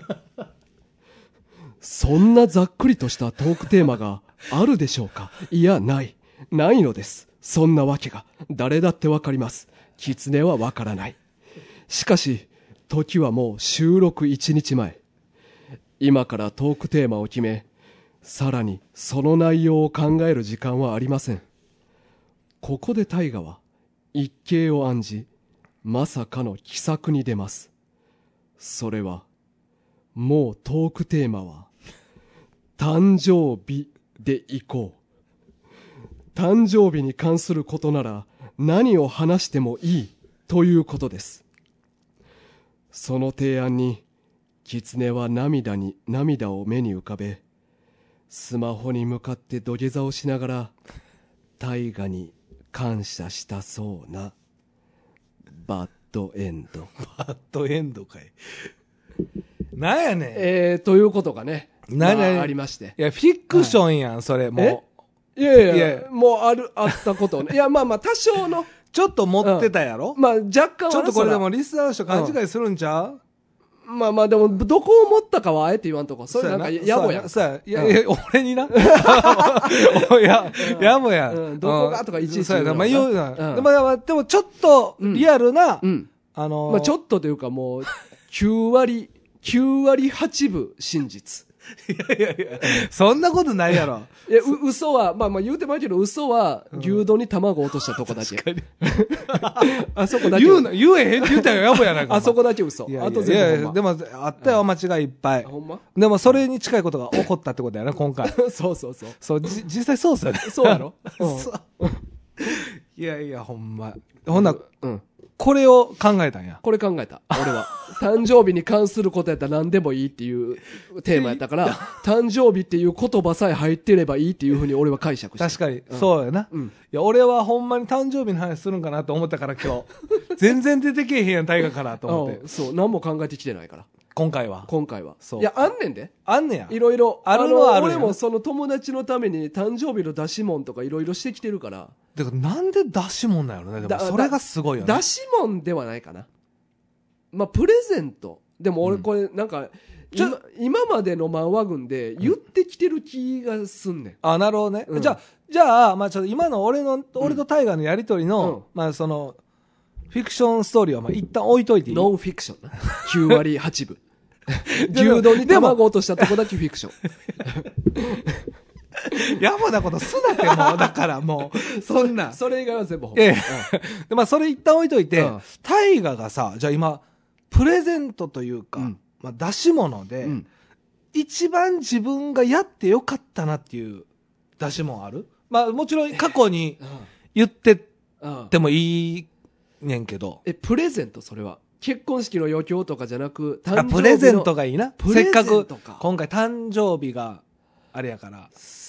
そんなざっくりとしたトークテーマがあるでしょうか？いや、ない。ないのです。そんなわけが誰だってわかります。狐はわからない。しかし時はもう収録一日前。今からトークテーマを決め、さらにその内容を考える時間はありません。ここで大河は一計を案じ、まさかの奇策に出ます。それはもうトークテーマは誕生日でいこう。誕生日に関することなら何を話してもいいということです。その提案に狐は涙に涙を目に浮かべ、スマホに向かって土下座をしながら大河に感謝したそうな。バッドエンド。 バッドエンドかい。なんやねん。 えー、ということがね、 なになにまあ、ありまして。 いや、フィクションやん、はい、それ、もう。 いやいや、 いやもうある、あったことをね。いや、まあまあ、多少の。 ちょっと持ってたやろ、 うん、まあ、若干はちょっとこれでもリスナーの人勘違いするんちゃう、 うん、まあまあ、でも、どこを持ったかはあえて言わんとこ。それなんか、やぼやん。 そうや。いや、いや、俺にな。いや、やぼや。 うん、どこがとかいちいち言うの。 まあ、言うな。でも、でも、ちょっと、リアルな、 うん。 あのー、 まあ、ちょっとというかもう、きゅうわり、きゅうわりはちぶ真実。 いやいやいや、そんなことないやろ。 いや、う、嘘は、まあまあ言うてもいいけど、嘘は、牛丼に卵を落としたとこだけ。確かに。あそこだけ。 言うな、言えへんって言ったよ、やぼやないか。 あそこだけ嘘。 いやいやあと全部ほんま。 でも、あったよ、間違いいっぱい。 ほんま？ でも、それに近いことが起こったってことやな、今回。 そうそうそう。 そう、じ、実際そうっすよね。 そうやろ、うん、 そう。いやいや、ほんま。ほんな、 うん。 これを考えたんや。 これ考えた。俺は。誕生日に関することやったら何でもいいっていうテーマやったから、誕生日っていう言葉さえ入ってればいいっていうふうに俺は解釈した。 確かに。うん、そうやな。うん。いや、俺はほんまに誕生日の話するんかなと思ったから今日。全然出てけえへんやん、大河からと思って。 そう、何も考えてきてないから。 今回は。 今回は。 そう。 いや、あんねんで。 あんねや。 いろいろ。 あるのはある俺もその友達のために誕生日の出し物とかいろいろしてきてるから。 だからなんで出し物なんやろね。でもそれがすごいよね。 出し物ではないかな。まあ、プレゼント。でも俺これなんか、 ちょ今今までの漫画群で言ってきてる気がすんねん。 あ、なるほどね。 うんじゃあ、じゃあ、まあちょっと今の俺の、俺とタイガーのやりとりの、 うんまあその、フィクションストーリーはまあ一旦置いといていいノンフィクションな。きゅう割はちぶ。牛丼に卵落としたとこだけフィクション。 やぼなことすなってもう、だからもう、そんな。 それ以外は全部本ええ。で、まあそれ一旦置いといて、 うんタイガーがさ、じゃあ今、プレゼントというか、 うんまあ出し物で、 うん一番自分がやってよかったなっていう出し物ある？まあもちろん過去に言ってうんてもいいねんけど、 え、プレゼントそれは。結婚式の余興とかじゃなく、 あプレゼントが。 がいいな。 プレゼンせっかくトか今回誕生日があれやから、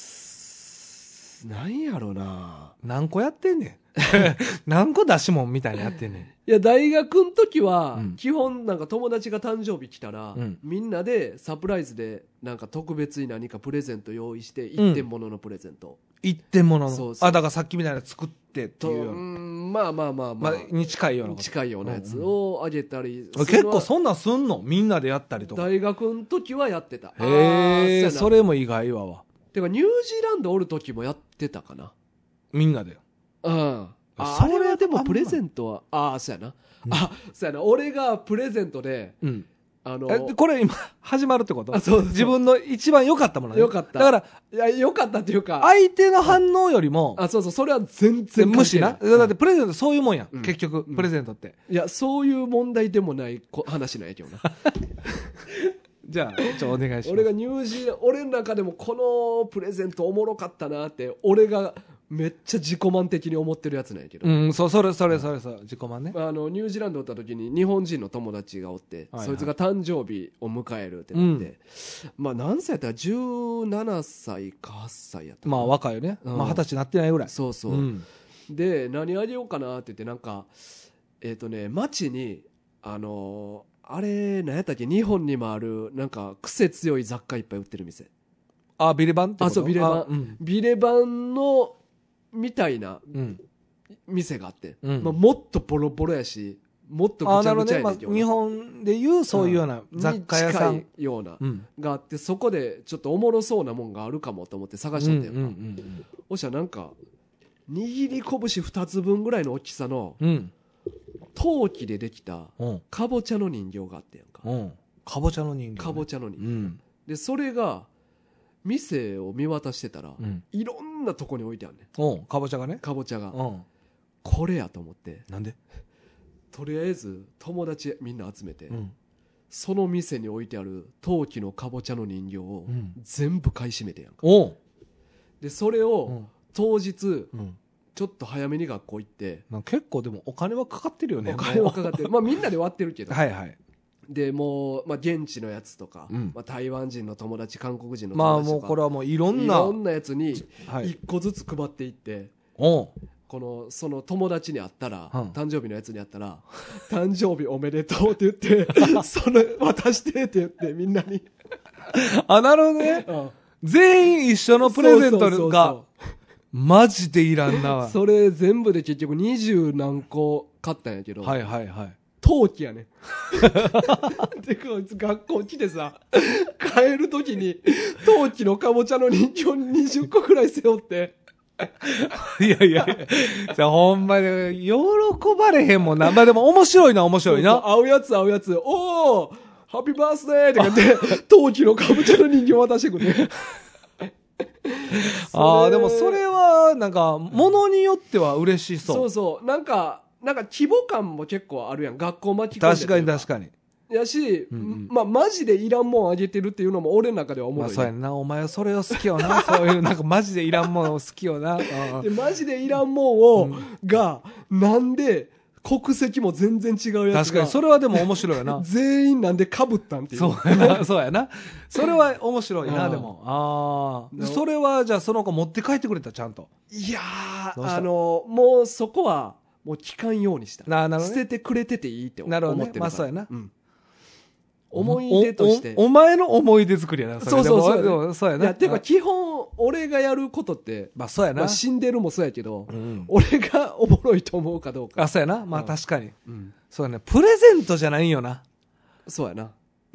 なんやろな。 何個やってんねん。何個出し物みたいなやってんねん。 いや、大学の時はうん、 基本なんか友達が誕生日来たら、 うんみんなでサプライズで、なんか特別に何かプレゼント用意して、一点物のプレゼント。 一点物の。 そうそうあ、だからさっきみたいなの作ってってと、 いうような。 うんまあまあまあまあ、 まあ、に近いようなこと。 近いようなやつをあげたり、 結構そんなんすんのみんなでやったりとか。へ大学の時はやってた。あーえ、 そうやなそれも意外わわ。 てか、ニュージーランドおる時もやってたかな。 みんなで。 うん。あそれはそれはでもあんまプレゼントは、ああ、そうやな。あ、そうやな。俺がプレゼントで、 うん。 あの、 えでこれ今、始まるってことあそうそう自分の一番良かったものね。 良かっただから、 いや、よかったっていうか、 相手の反応よりも、 あ、そうそう、それは全然無視な。 関係いだってプレゼントそういうもんやん。 うん結局、 うんプレゼントって。 いや、そういう問題でもないこ話なんやけどな。 じゃあ、ちょ、お願いします。 俺がニュージーランド、俺の中でもこのプレゼントおもろかったなって、俺がめっちゃ自己満的に思ってるやつなんやけど。 うん、そう、それ、それ、それ、それ、自己満ね。 あのニュージーランドおった時に日本人の友達がおって、 はいはいそいつが誕生日を迎えるってなって、まあ何歳やったらじゅうななさいかはっさいやったかなまあ、若いよね。 うんまあ、二十歳なってないぐらい。 そうそう、 ん。 で何あげようかなって言ってなんかえっ、とね街にあのーあれ何やったっけ、日本にもあるなんか癖強い雑貨いっぱい売ってる店、 あ、ビレバンってことあそうビレバンあうん。 ビレバンのみたいなうん。 店があって、 うんまあ、もっとボロボロやしもっとあ、 ぐちゃぐちゃなるほどね。まあ、 やねんけどな日本でいうそういうような雑貨屋さん。 に近いような、 うん。 があって、そこでちょっとおもろそうなもんがあるかもと思って探しとってん、 うんうんおしたらなんか握り拳ふたつぶんぐらいの大きさのうん。うん。 陶器でできたうん。 かぼちゃの人形があってんやんか、 うん。かぼちゃの人形ね。 かぼちゃの人形、 うん。 でそれが店を見渡してたら、 うん。 いろんなとこに置いてあるねん、 おうかぼちゃがね。 かぼちゃが、 うん。 これやと思ってなんでとりあえず友達みんな集めて、 うん。 その店に置いてある陶器のかぼちゃの人形をうん全部買い占めてんやんか、 おう。 でそれうをん。 当日うん。 ちょっと早めに学校行ってなんか結構でもお金はかかってるよね。 お金はかかってるまあみんなで割ってるけど、 はいはい。 でもう、まあ、現地のやつとか、 うんまあ、台湾人の友達韓国人のまあ友達とか、 もうこれはもういろんな。 いろんなやつにはい。 一個ずつ配っていって、 おう。 このその友達に会ったら、 うん誕生日のやつに会ったら誕生日おめでとうって言ってそれ渡してって言ってみんなに、 あ、なるほどね。 うん全員一緒のプレゼンそうそうそうそうトが、マジでいらんな。 それ全部で結局二十何個買ったんやけど、 はいはいはい。 陶器やねでこいつ学校来てさ帰る時に陶器のかぼちゃの人形にじゅっこくらい背負っていやいやいや、じゃあほんまに、喜ばれへんもんな。まあでも面白いな、面白いな。 会うやつ会うやつおおハッピーバースデーって言って陶器のかぼちゃの人形渡してくれああ、でもそれは、なんか、ものによっては嬉しそう。 そうそうなんかなんか規模感も結構あるやん学校巻き込んで確かに確かに。 やし、 うんうんまあマジでいらんもんあげてるっていうのも俺の中では思うまあよ、 そうやんな。お前はそれを好きよな。そういう、なんかマジでいらんものを好きよな。うんでマジでいらんもんを、 うんがなんで国籍も全然違うやつが確かに、それはでも面白いよな。 全員なんで被ったんっていうそうやな。そうやな。それは面白いな、 うんでも。ああ。 のそれは、じゃあその子持って帰ってくれた、ちゃんと。 いやどうしたーあのもうそこはもう聞かんようにしたななるほどね捨ててくれてていいって思なるほどね思ってるから、 まあそうやなうん思い出としておおお前の思い出作りやな。れそうそうそうでもでもそうやな。 いやてかうん基本俺がやることって、 まあそうやな。 まあ、死んでるもそうやけど、 うん俺がおもろいと思うかどうかあ、そうやな。まあうん確かに。 うんそうやね。プレゼントじゃないんよな。 そうやな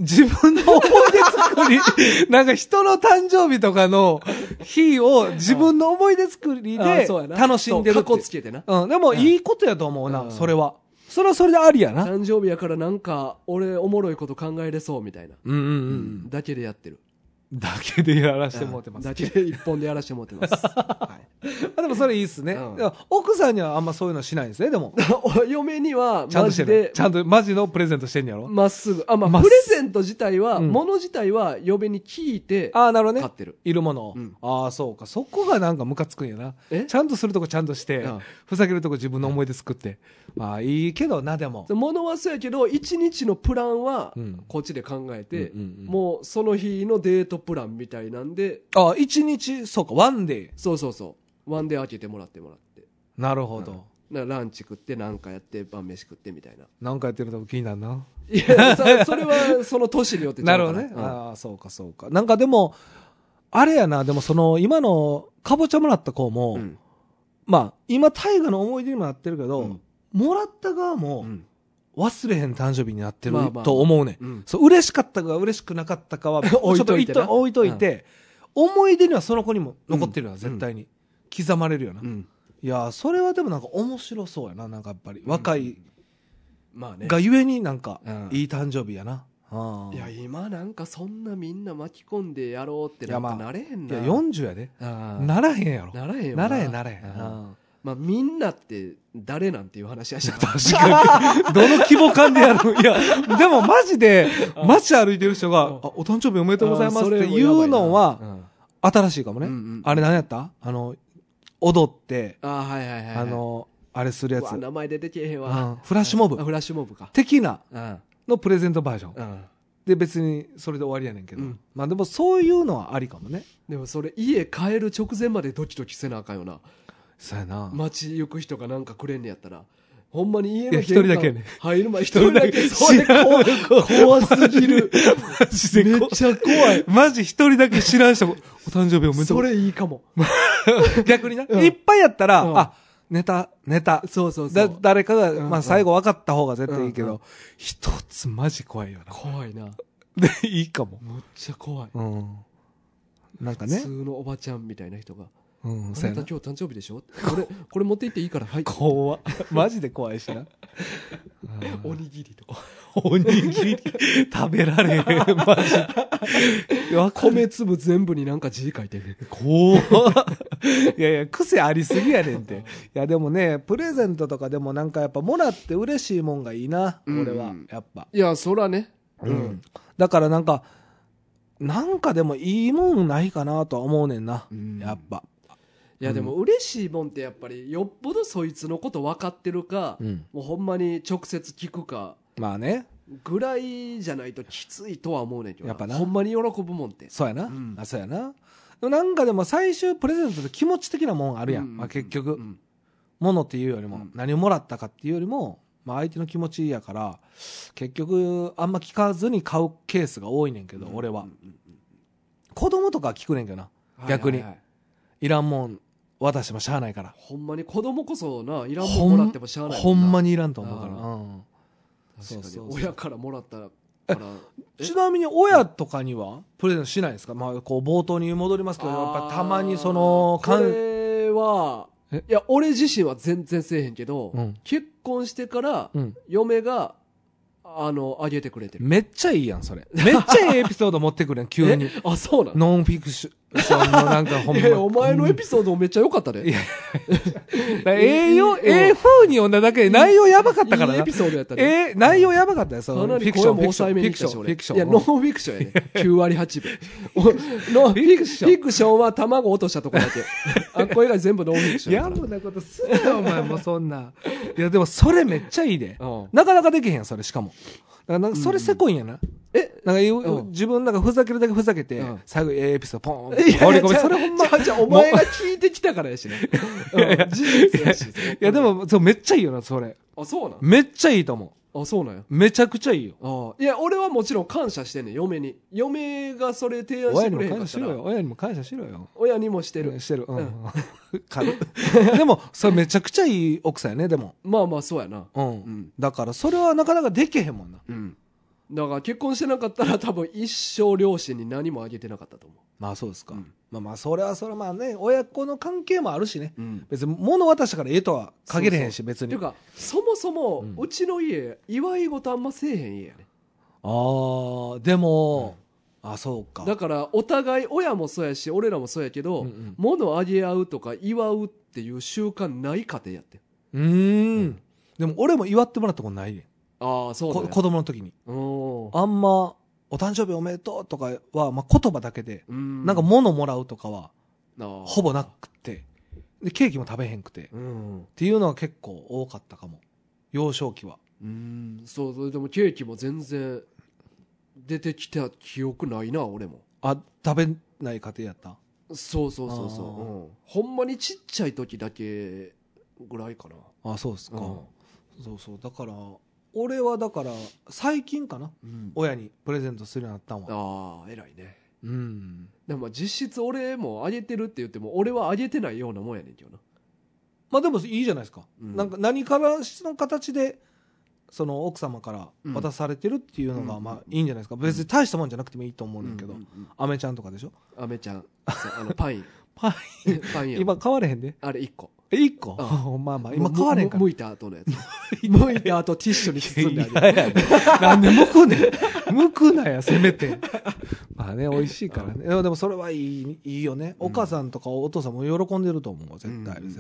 自分の思い出作り、なんか人の誕生日とかの日を自分の思い出作りで楽しんでるって。 かこつけてな。 うん、でもいいことやと思うな、それは。それはそれでありやな。 誕生日やからなんか、俺おもろいこと考えれそうみたいな。 うんうんうん。 だけでやってる。 だけでやらせてもらってます。 だけで一本でやらせてもらってます。はい、 あでもそれいいっすね、うん、奥さんにはあんまそういうのしないんですね、でも。 嫁にはマジで。ちゃんとマジのプレゼントしてんやろ。 まっすぐ。あ、まあ、プレゼント自体は、うん、物自体は嫁に聞いて、 ああ、なるほどね。 買ってる。 いるものを。うん、ああ、そうか。そこがなんかムカつくんやな。ちゃんとするとこちゃんとして、ふざけるとこ自分の思い出作って。まあいいけどな、でも。 物はそうやけど、一日のプランは、こっちで考えて、うんうんうん、もうその日のデートプランみたいな。なんであ一日そうかワンデーそうそうそうワンデー開けてもらってもらってなるほど、 うん、ランチ食って何かやって晩飯食ってみたいな何かやってると気になるないや そ, それはその年によってちゃうからなるほどね、うん、ああそうかそうかなんかでもあれやなでもその今のかぼちゃもらった子も、うん、まあ今大河の思い出にもなってるけど、うん、もらった側も、うん忘れへん誕生日になってると思うね、まあまあうん、そう嬉しかったか嬉しくなかったかはちょっと一旦置いといて、うん、思い出にはその子にも残ってるよな、うん、絶対に刻まれるよな、うん、いやそれはでもなんか面白そうやななんかやっぱり若い、うんまあね、がゆえになんかいい誕生日やな、 うん、いや今なんかそんなみんな巻き込んでやろうってなんかなれへんな。 いやよんじゅうやでならへんやろならへんよならへんならへん、うんまあ、みんなって誰なんていう話やし確かにどの規模感でやるいやでもマジで街歩いてる人があお誕生日おめでとうございますっていうのは新しいかもね、うんうん、あれ何やったあの踊ってあ、はいはいはいはい、 あのあれするやつ名前出てけへんわ、うん、 フラッシュモブフラッシュモブか的なのプレゼントバージョン、うん、で別にそれで終わりやねんけど、うん、まあでもそういうのはありかもね。 でもそれ家帰る直前までドキドキせなあかんよな。 そうやな。 街行く人がなんかくれんねやったらほんまに家の玄関入る前一人だけそれ怖怖すぎるマジでめっちゃ怖いマジ一人だけ知らん人お誕生日おめでとうそれいいかも逆にな、うん、いっぱいやったら、うん、あネタネタそうそうそうだ誰かが、うん、まあ最後分かった方が絶対いいけど一、うんうん、つマジ怖いよな。 怖いなでいいかもめっちゃ怖い、 うん、なんかね普通のおばちゃんみたいな人がうん、 あなた今日誕生日でしょこれこれ持って行っていいからはい怖マジで怖いしなおにぎりとかおにぎり食べられへんマジで米粒全部になんか字書いてる怖いやいや癖ありすぎやねんて。いやでもねプレゼントとかでもなんかやっぱもらって嬉しいもんがいいな、うん、俺はやっぱいやそらね、 うん、うん、だからなんかなんかでもいいもんないかなとは思うねんな、うん、やっぱいやでも嬉しいもんってやっぱりよっぽどそいつのこと分かってるか、うん、もうほんまに直接聞くかまあねぐらいじゃないときついとは思うねんけどやっぱなほんまに喜ぶもんってそうやな、うん、あそうやななんかでも最終プレゼントで気持ち的なもんあるやん、うんまあ、結局、うん、ものっていうよりも、うん、何をもらったかっていうよりも、まあ、相手の気持ちやから結局あんま聞かずに買うケースが多いねんけど、うん、俺は、うん、子供とかは聞くねんけどな、逆に、はいはいはい、いらんもん渡してもしゃあないからほんまに子供こそないらんもんもらってもしゃあないもんなほんまにいらんと思うから、うん、 確かに親からもらったからちなみに親とかにはプレゼントしないですか、まあ、こう冒頭に戻りますけどやっぱたまにそのこれはいや俺自身は全然せえへんけど、うん、結婚してから嫁があのあげてくれてるめっちゃいいやんそれめっちゃいいエピソード持ってくるやん急にあそうなのノンフィクションのなんかほんまいやお前のエピソードめっちゃ良かったね。いやええよええ風に読んだだけで内容やばかったからな。 いいエピソードやったね。 えー、内容やばかったよ。そのフィクションフィクションフィクションフィクション。 いやノンフィクションやね。きゅうわりはちぶノンフィクション。フィクションは卵落としたとこだけ。あこれが全部ノンフィクション。 やぶなことすなよお前もそんな。いやでもそれめっちゃいいで。なかなかできへんやんそれしかも。だからなんかそれせこいんやな。えなんか、うん、自分なんかふざけるだけふざけて、うん、最後エピソードポーンって放り込みそれほんまじゃあお前が聞いてきたからやしね。 いやいや事実やし。いやでもそうめっちゃいいよなそれ。 あそうなん。 めっちゃいいと思う。あそうなんや。 めちゃくちゃいいよ。 あいや俺はもちろん感謝してんねん嫁に。嫁がそれ提案してくれへんかったら。 親にも感謝しろよ。 親にもしてる。 してる。うん。でもそれめちゃくちゃいい奥さんやねでも。 まあまあそうやな。 うん。うん、だからそれはなかなかできへんもんな。 うん。 だから結婚してなかったら多分一生両親に何もあげてなかったと思まあそうですか、 うん、 まあまあそれはそれはまあね親子の関係もあるしね、 う、うん、 別に物渡したからええとは限れへんし、 そうそう別にっていうかそもそも、 うんうちの家祝い事あんませえへん家やね。 ああでも、うん、あそうかだからお互い親もそうやし俺らもそうやけど、 うんうん、 物あげ合うとか祝うっていう習慣ない家庭やってうーん、うん、でも俺も祝ってもらったことないねん。 ああそうだ、ね、 子供の時におあんまお誕生日おめでとうとかは、まあ、言葉だけで、 うんなんか物もらうとかはあほぼなくてでケーキも食べへんくて、 うん、 っていうのは結構多かったかも幼少期は。 うんそうそれでもケーキも全然出てきた記憶ないな俺も。 あ食べない家庭やった。 そうそうそうそう、うん、ほんまにちっちゃい時だけぐらいかな。 あそうですか、 うん、 そうそうだから俺はだから最近かな、 うん、 親にプレゼントするようになったんは。 ああ偉いね。 うんでも実質俺もあげてるって言っても俺はあげてないようなもんやねんけどな。 まあでもいいじゃないですか、 うん、 なんか何からしの形でその奥様から渡されてるっていうのがまあいいんじゃないですか、別に大したもんじゃなくてもいいと思うんだけど、 うんうんうん、 アメちゃんとかでしょ。 アメちゃんあのパインパインパインや今買われへんであれいっこえいっこまあまあ今買われへんからむいた後のやつむいた後ティッシュに包んであげる。 いやいやなんでむくねんむくなやせめてまあね美味しいからね。でもそれはいい、いいよね、うん、お母さんとかお父さんも喜んでると思う絶対、うんうんうん、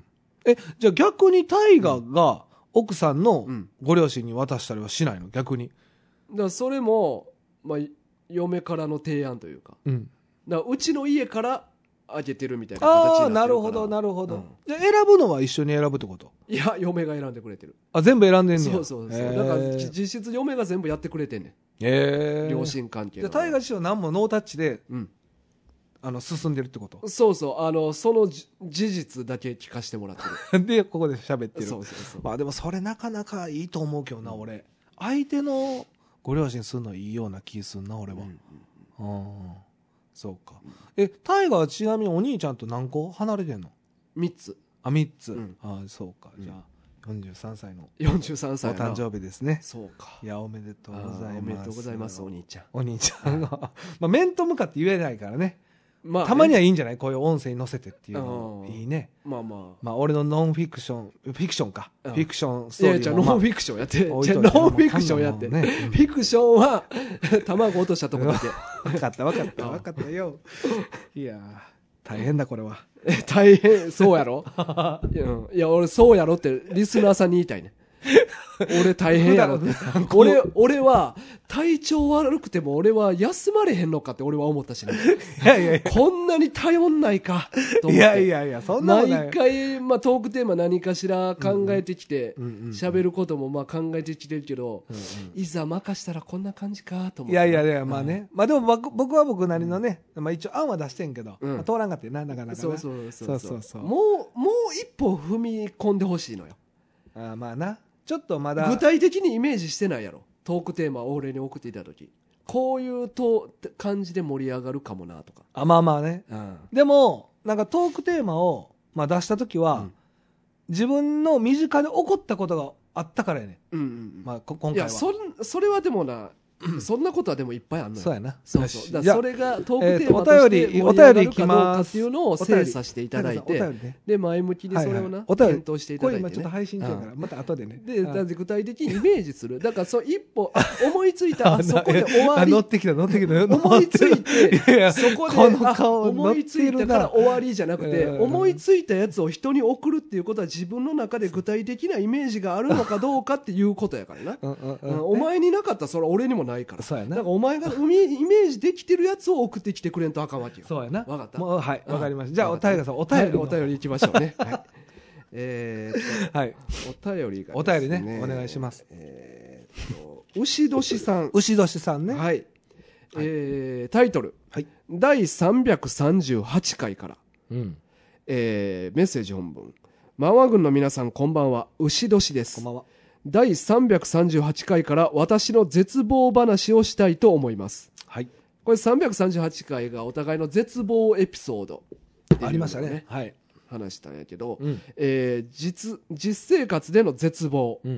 えじゃあ逆に大河が奥さんのご両親に渡したりはしないの逆に。 だからそれも、まあ、嫁からの提案というか、うん、だからうちの家からあげてるみたいな形になってるから。ああなるほどなるほど、うん、 じゃあ選ぶのは一緒に選ぶってこと。 いや嫁が選んでくれてる。 あ全部選んでんねん。 そうそうそうだから実質嫁が全部やってくれてんねん。 へえ両親関係の。じゃあ大河自身は何もノータッチで、うん、あの進んでるってこと。 そうそうあのその事実だけ聞かせてもらってるでここで喋ってる。 そうそうそうまあでもそれなかなかいいと思うけどな、うん、俺相手のご両親するのいいような気すんな俺は、うんうん、あそうか、うん、え大河はちなみにお兄ちゃんと何個離れてんの。 みっつ。 あみっつ、うん、あそうか、じゃあよんじゅうさんさいのよんじゅうさんさいお誕生日ですね。 そうか。 いやおめでとうございます。 おめでとうございますお兄ちゃん。 お兄ちゃんがまあ面と向かって言えないからね。 まあね、 たまにはいいんじゃないこういう音声に載せてっていうのいいね。 まあまあまあ俺のノンフィクションフィクションか、フィクションストーリーも、 いやじゃあノンフィクションやってじゃあノンフィクションやって、ね、フィクションは卵落としたとこだけ分かった分かった分かったよいや大変だこれは大変そうやろいや、いや俺そうやろってリスナーさんに言いたいね俺大変やろって俺俺は体調悪くても俺は休まれへんのかって俺は思ったしねいやいやいやこんなに頼んないかと思って。 いやいやいやそんなことない。 毎回、まあ、トークテーマ何かしら考えてきて喋、うん、ることもまあ考えてきてるけど、うんうん、いざ任したらこんな感じかと思って。 いやいやいやまあね、うん、まあでも僕僕は僕なりのね、まあ、一応案は出してんけど、うんまあ、通らんかってななかなかなそうそうそうそうそうもうもう一歩踏み込んでほしいのよ。 あまあなちょっとまだ具体的にイメージしてないやろトークテーマを俺に送っていた時こういうと感じで盛り上がるかもなとか。 あまあまあね、うん、でもなんかトークテーマを、まあ、出した時は、うん、自分の身近で起こったことがあったからやね、うんうんうんまあ、今回は。いやそ, それはでもなそんなことはでもいっぱいあるのよ。 そうやな。 そうそうだからそれがトークテーマとして盛り上がるかどうかっていうのを精査していただいて、ね、で前向きにそれをな、はいはい、検討していただいて、ね、 これ今ちょっと配信中やからまた後でね。 でだって具体的にイメージする。だからそう一歩思いついたあそこで終わり。 乗ってきた乗ってきた。 思いついていやそこであ思いついたから終わりじゃなくて思いついたやつを人に送るっていうことは自分の中で具体的なイメージがあるのかどうかっていうことやからな。うんうんうん、お前になかったらそれは俺にもないから。 そうやな。 お前がイメージできてるやつを送ってきてくれんとあかんわけよ。 そうやな。 分かった。 もうはいわかりました。じゃあお大河さんお便り、 はい、お便りいきましょうね。はい、えー、はいお便りが、ね、 お便りねお願いします。 えー、と牛年さん牛年さんね。 はい。えー、タイトル、はい、だいさんびゃくさんじゅうはちかいから、うんえー、メッセージ本文。マワ軍の皆さんこんばんは牛年です。 こんばんは。 だいさんびゃくさんじゅうはちかいから私の絶望話をしたいと思います。 はい。 これさんびゃくさんじゅうはちかいがお互いの絶望エピソード、 ね、ありましたね。はい。 話したんやけど、うんえー、実実生活での絶望、うん、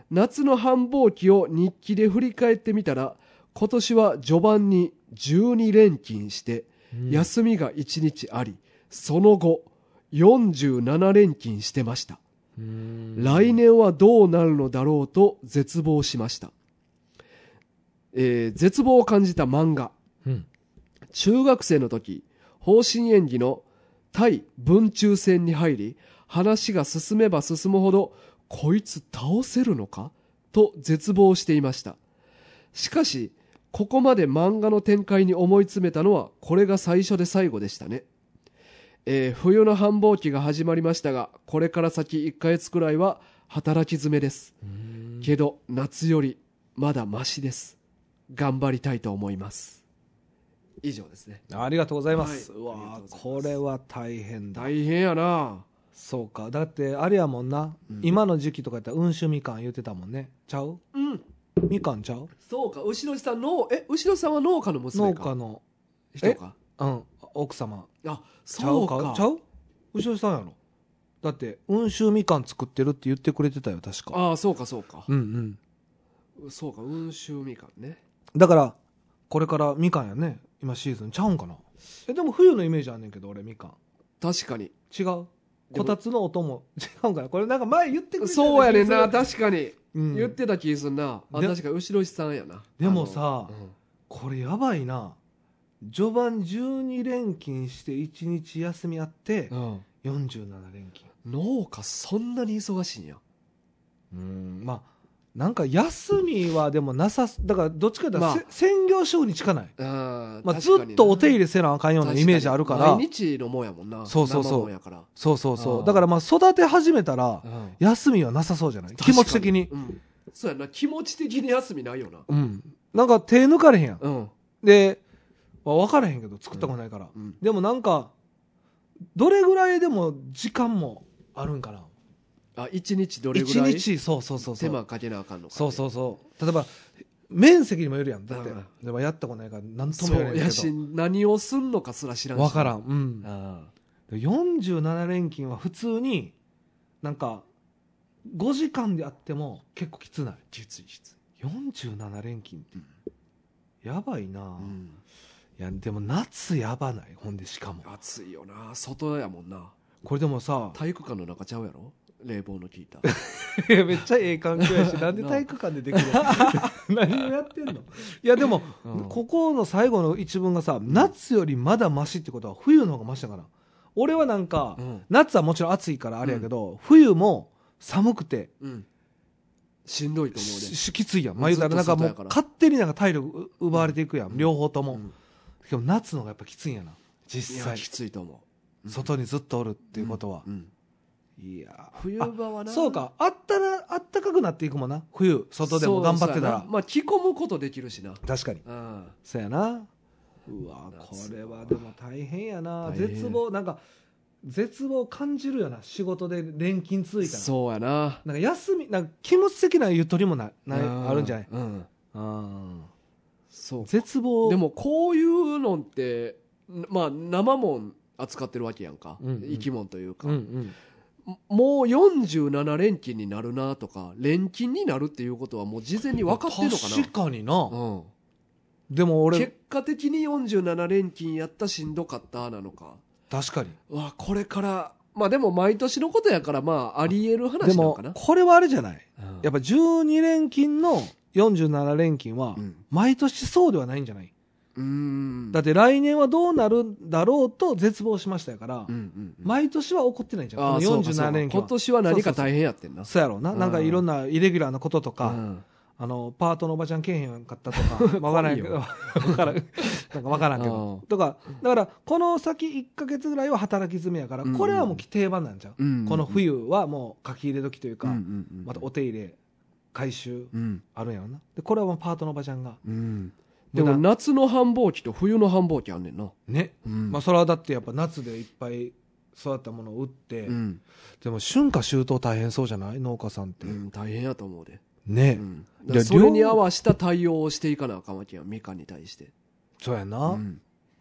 夏の繁忙期を日記で振り返ってみたら、今年は序盤にじゅうに連勤して、 うん休みがいちにちあり、その後よんじゅうなな連勤してました。 うん来年はどうなるのだろうと絶望しました。えー絶望を感じた漫画。 うん中学生の時、方針演技の対文中戦に入り、話が進めば進むほど、こいつ倒せるのかと絶望していました。しかし、ここまで漫画の展開に思い詰めたのは、これが最初で最後でしたね。えー冬の繁忙期が始まりましたが、これから先いっかげつくらいは働き詰めです。けど、夏よりまだマシです。頑張りたいと思います。以上ですね。 ありがとうございます、 はいうありがわとうございますこれは大変だ。 大変やな。 そうか、だってあれやもんな、 うん今の時期とかやったら温州みかん言ってたもんね。ちゃううん。 みかんちゃうそうか、牛野さんの、え、牛野さんは農家の娘か。 農家の人か。 うん奥様あ、 ちゃそううか。 かちゃう後ろさんやろ。だって温州みかん作ってるって言ってくれてたよ確か。 ああ、そうか、そうか。 うんうんそうか、温州みかんね。 だからこれからみかんやね今シーズンちゃうんかな。えでも冬のイメージあんねんけど俺みかん確かに。 違うこたつの音も違うんかな。これなんか前言ってくれてたそうやねんな、 気が確かに。 するうん言ってた気すんな。あ、 で確か後ろさんやな。 でもさあのこれやばいな。序盤じゅうに連勤していちにち休みあってうんうんよんじゅうなな連勤。 農家そんなに忙しいんや。 うんまあなんか休みはでもなさすだからどっちかというと、 まあせ専業主婦に近ない、 あまあ、ずっとお手入れせなあかんようなイメージあるから毎日のもんやもんな。 そうそうそう生もんやから。 そうそうそあーうだからまあ育て始めたらうん休みはなさそうじゃない気持ち的にうん。そうやな、気持ち的に休みないよな。 うんなんか手抜かれへんやんうん。 で、まあ、分からへんけど作ったことないから、 うん。 でもなんかどれぐらいでも時間もあるんかなあ、一日どれぐ一らい日そうそうそうそう手間かけなあかんのか。 そうそうそう例えば面積にもよるやんだってうんでもやったことないから何ともそう言えないけやし、何をすんのかすら知らんし。 ど分からんうんあよんじゅうなな連勤は普通になんかごじかんであっても結構きつない。 きついきつい。 よんじゅうなな連勤ってやばいな、 うん。 いやでも夏やばないほんでしかも暑いよな。外やもんな。 これでもさ体育館の中ちゃうやろ、冷房の効いた。 いやめっちゃええ環境やしなんで体育館でできるの何をやってんの。いやでも、 うんここの最後の一文がさ夏よりまだマシってことは冬の方がマシだから俺はなんか、 うん夏はもちろん暑いからあれやけど、冬も寒くてうん。しんどいと思うで。 しきついやん、まあ、言うたらなんかもうずっと外やから勝手になんか体力う奪われていくやん、両方とも、 うんでも夏の方がやっぱきついんやな実いや、 際きついと思う。 外にずっとおるっていうことは、 うん。 いやー冬場はな。 あそうかあったらあったかくなっていくもんな冬外でも頑張ってたらそうそうやなまあ、着込むことできるしな。 確かにうん。 そうやなうわこ夏れはでも大変やな大変絶望なんか絶望感じるよな仕事で連勤続いたらそうやな。 なんか休みなんか気持ち的なゆとりもなないうんあるんじゃないうん。 うんそう。 絶望でもこういうのってまあ生もん扱ってるわけやんか、 うんうん生き物というか、 うんうんもうよんじゅうなな連勤になるなとか連勤になるっていうことはもう事前に分かってんのかな。 確かにな、 うん、 でも俺結果的によんじゅうなな連勤やったしんどかったなのか。 確かにうわこれからまあでも毎年のことやからまああり得るでも話なのかな。 これはあれじゃないうんやっぱじゅうに連勤のよんじゅうなな連勤はうん毎年そうではないんじゃない、 うーんだって来年はどうなるんだろうと絶望しましたやから、 うんうんうん毎年は起こってないんじゃんこのああそうかよんじゅうなな連勤はそうか今年は何か大変やってんな。 そうやろうな、なんかいろんなイレギュラーなこととか、 うんあのパートのおばちゃんけえへんかったとかわからんけどわからんなんかわからんけどうんとかだからこの先いっかげつぐらいは働き詰めやから、 うんうんこれはもう定番なんじゃん、 うんこの冬はもう書き入れ時というか、 うんうんうんまたお手入れ回収うんあるんやろなでこれはもうパートのおばちゃんがうんでも夏の繁忙期と冬の繁忙期あんねんな。 ね、 うんまあそれはだってやっぱ夏でいっぱい育ったものを売って、 うんでも春夏秋冬大変そうじゃない農家さんって、 うん、大変やと思うで。 ね、 うんいやそれに合わせた対応をしていかなあかんわけやん、みかんに対して。 そうやな、 うん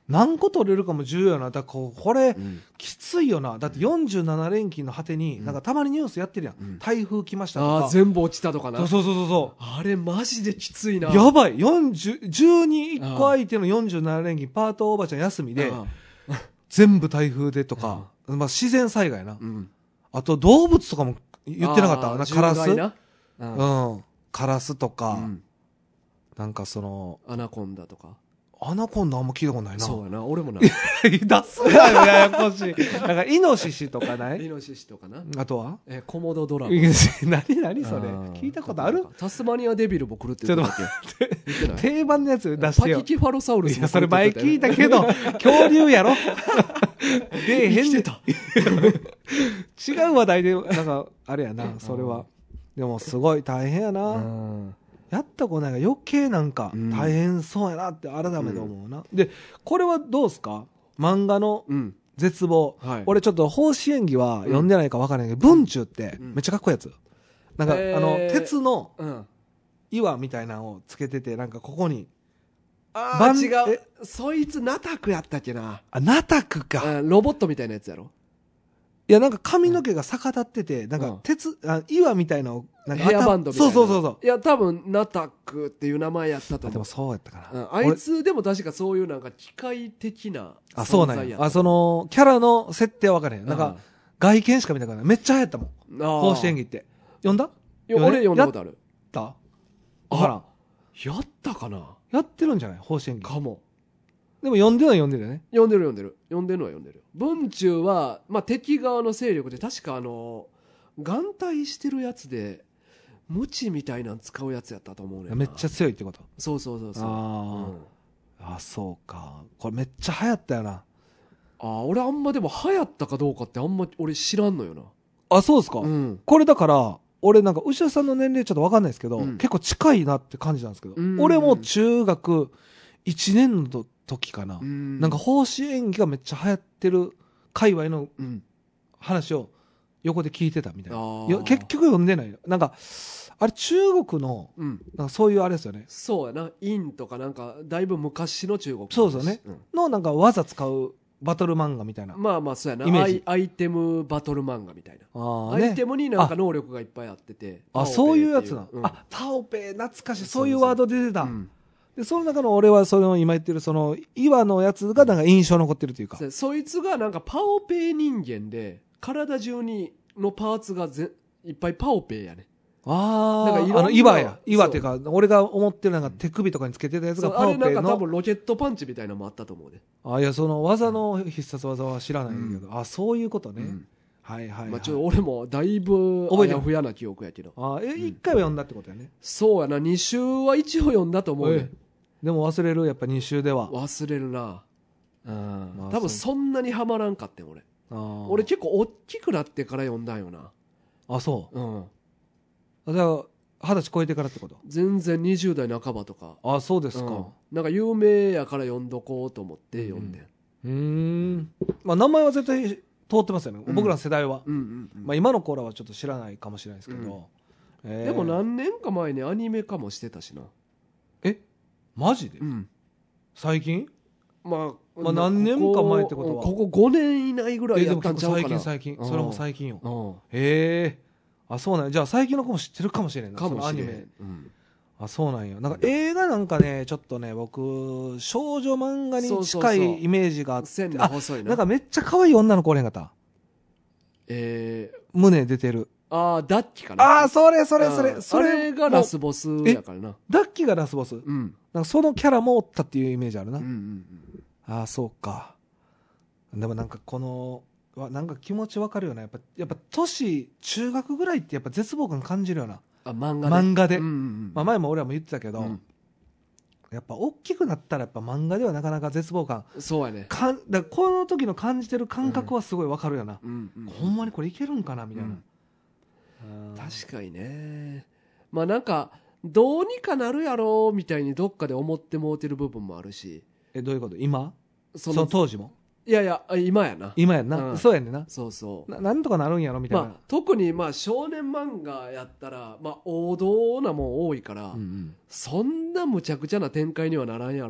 何個取れるかも重要やな。だからこうこれ、 うんきついよな。だってよんじゅうなな連勤の果てに、 うんなんかたまにニュースやってるやん。 うん台風来ましたとああか。 全部落ちたとかな。 そうそうそうそうそあれマジできついな。 う。やばい。よんじゅう、じゅうにいっこ相手のよんじゅうなな連勤、パートおばちゃん休みで、 あ全部台風でとか、まあ自然災害な。 あうんあと動物とかも言ってなかったあーな。カラス獣害なうんうん。カラスとか、 うんなんかその、 アナコンダとか。 アナコンダあんま聞いたことないな。 そうやな俺もな。 出すなよ、ややこしい。なんか、イノシシとかないイノシシとかな。 あとはえコモドドラゴン。 何何それあー聞いたことあるタスマニアデビルも来るってちょっと言ってたっけ言ってない定番のやつ出してよ。 パキキファロサウルスいや、それ前聞いたけけど、恐竜やろで、 生変できてた。 違う話題で、なんか、あれやな、それは。でも、すごい大変やな。やった子なんか余計なんかうん大変そうやなって改めて思うな。で、これはどうすか漫画のうん絶望。 はい俺ちょっと奉仕演技は読んでないか分からないけど、文中ってうんめっちゃかっこいいやつ。なんか、 へーあの、鉄のうん岩みたいなのをつけてて、なんかここに、 あバンあ違うえそいつナタクやったっけな。 あ、ナタクか。 うんロボットみたいなやつやろ。 いや、なんか髪の毛が逆立ってて、なんか鉄、あ岩みたいなのを、なんかヘアバンドみたいな。 そうそうそうそう。 いや多分ナタクっていう名前やったとあ、でも思う。 そうやったかな。 うんあいつでも確かそういうなんか機械的なあ、そうなんや。 存在ったあ、その、キャラの設定は分からへん。なんうんか、外見しか見たからめっちゃ流行ったもん。 あー甲子演技って。読んだいや俺読んだことある。 やった分からん。 やったかなやってるんじゃない甲子演技。 かも。 でも読んでるのは読んでるよね。 読んでる読んでる読んでるのは読んでるよ。文中は、まあ、敵側の勢力で確かあの眼帯してるやつで無知みたいなの使うやつやったと思うねんな。 めっちゃ強いってこと。 そうそうそうそう。 あうんーあ、そうか。これめっちゃ流行ったよな。 あー俺あんまでも流行ったかどうかってあんま俺知らんのよな。 あ、そうですか。 うんこれだから、俺なんか牛田さんの年齢ちょっと分かんないですけど、 うん結構近いなって感じなんですけど、 うん俺も中学いちねんの時かな、 うんなんか奉仕演技がめっちゃ流行ってる界隈のうん話を横で聞いてたみたいな。 あーいや結局読んでないよ。なんか、あれ中国の、 うんなんかそういうあれですよね。 そうやな陰とかなんかだいぶ昔の中国の話そうですよねうんのなんか技使うバトル漫画みたいな。 まあまあそうやなイメージアイアイテムバトル漫画みたいな。 あーアイテね。 ムになんか能力がいっぱいあっててあ、そういうやつな。 うんあ、タオペイ懐かしい。 そうそういうワード出てた。 うんで、その中の俺はその今言ってるその岩のやつがなんか印象残ってるというか。 そそいつがなんかパオペイ人間で体中にのパーツがぜいっぱいパオペイやね。 ああ、 なんかいろんなあの岩や。岩そうっていうか、俺が思ってるなんか手首とかにつけてたやつそうがパオあれなんか多ペイの。 分ロケットパンチみたいなのもあったと思うね。 あ、いや、その技の必殺技は知らないんだけど、あ、そういうことね。 うんはいはい、はい。 まあちょっと俺もだいぶ覚えてるあやふやな記憶やけど。 あ、え、一回は読んだってことやね。 そうやなに週は一応読んだと思うね。 でも忘れる、やっぱに週では。 忘れるな。うんまあ多分そんなにはまらんかってん俺。 あー俺結構大きくなってから読んだんよな。 あ、そうん。 う。あじゃあ、二十歳超えてからってこと全然にじゅう代半ばとか。 あ、そうですか。 うんなんか有名やから読んどこうと思って読んでん。 うーん。まあ、名前は絶対通ってますよね。 うん僕らの世代は。 うんうんうんまあ、今の子らはちょっと知らないかもしれないですけど。えーでも何年か前にアニメ化もしてたしな。 えマジで、 うん。 最近まあ、 まあ何年か前ってことはこここごねん以内ぐらいやったんちゃうかな。 最近最近。それも最近よ。 うんへえ。あ、そうなんや。じゃあ最近の子も知ってるかもしれんない。 かもしれん。 そのアニメ。 うんあ、そうなんや。なんか映画なんかね、ちょっとね、僕、少女漫画に近そうそうそういイメージがあって。 線が細いな。 なんかめっちゃ可愛い女の子おれへんかった。 えー、 胸出てる。 ああ、ダッキかな。 ああ、それそれそれ。 うんそれあれがラスボスやからな。 ダッキがラスボス。 うん。 なんかそのキャラもおったっていうイメージあるな。 うんうんああ、そうか。でもなんかこの、わなんか気持ちわかるよな。やっぱ、やっぱ年、中学ぐらいってやっぱ絶望感感じるよな。 あ、漫画で。 漫画で。 うんうんうんまあ前も俺らも言ってたけど、 うんやっぱ大きくなったらやっぱ漫画ではなかなか絶望感。 そうやね。 かんだからこの時の感じてる感覚はすごいわかるよな。 うんうんほんまにこれいけるんかなみたいな。 うんうん確かにね。まあなんか、どうにかなるやろうみたいにどっかで思ってもうてる部分もあるし。 え、どういうこと今そそのの当時もいやいや、あ今やな。 今やんな、 うんそうやねんなそうそう。 な。なんとかなるんやろみたいな。 まあ、特にまあ少年漫画やったら、まあ、王道なもん多いから、 うんうんそんなむちゃくちゃな展開にはならんやろ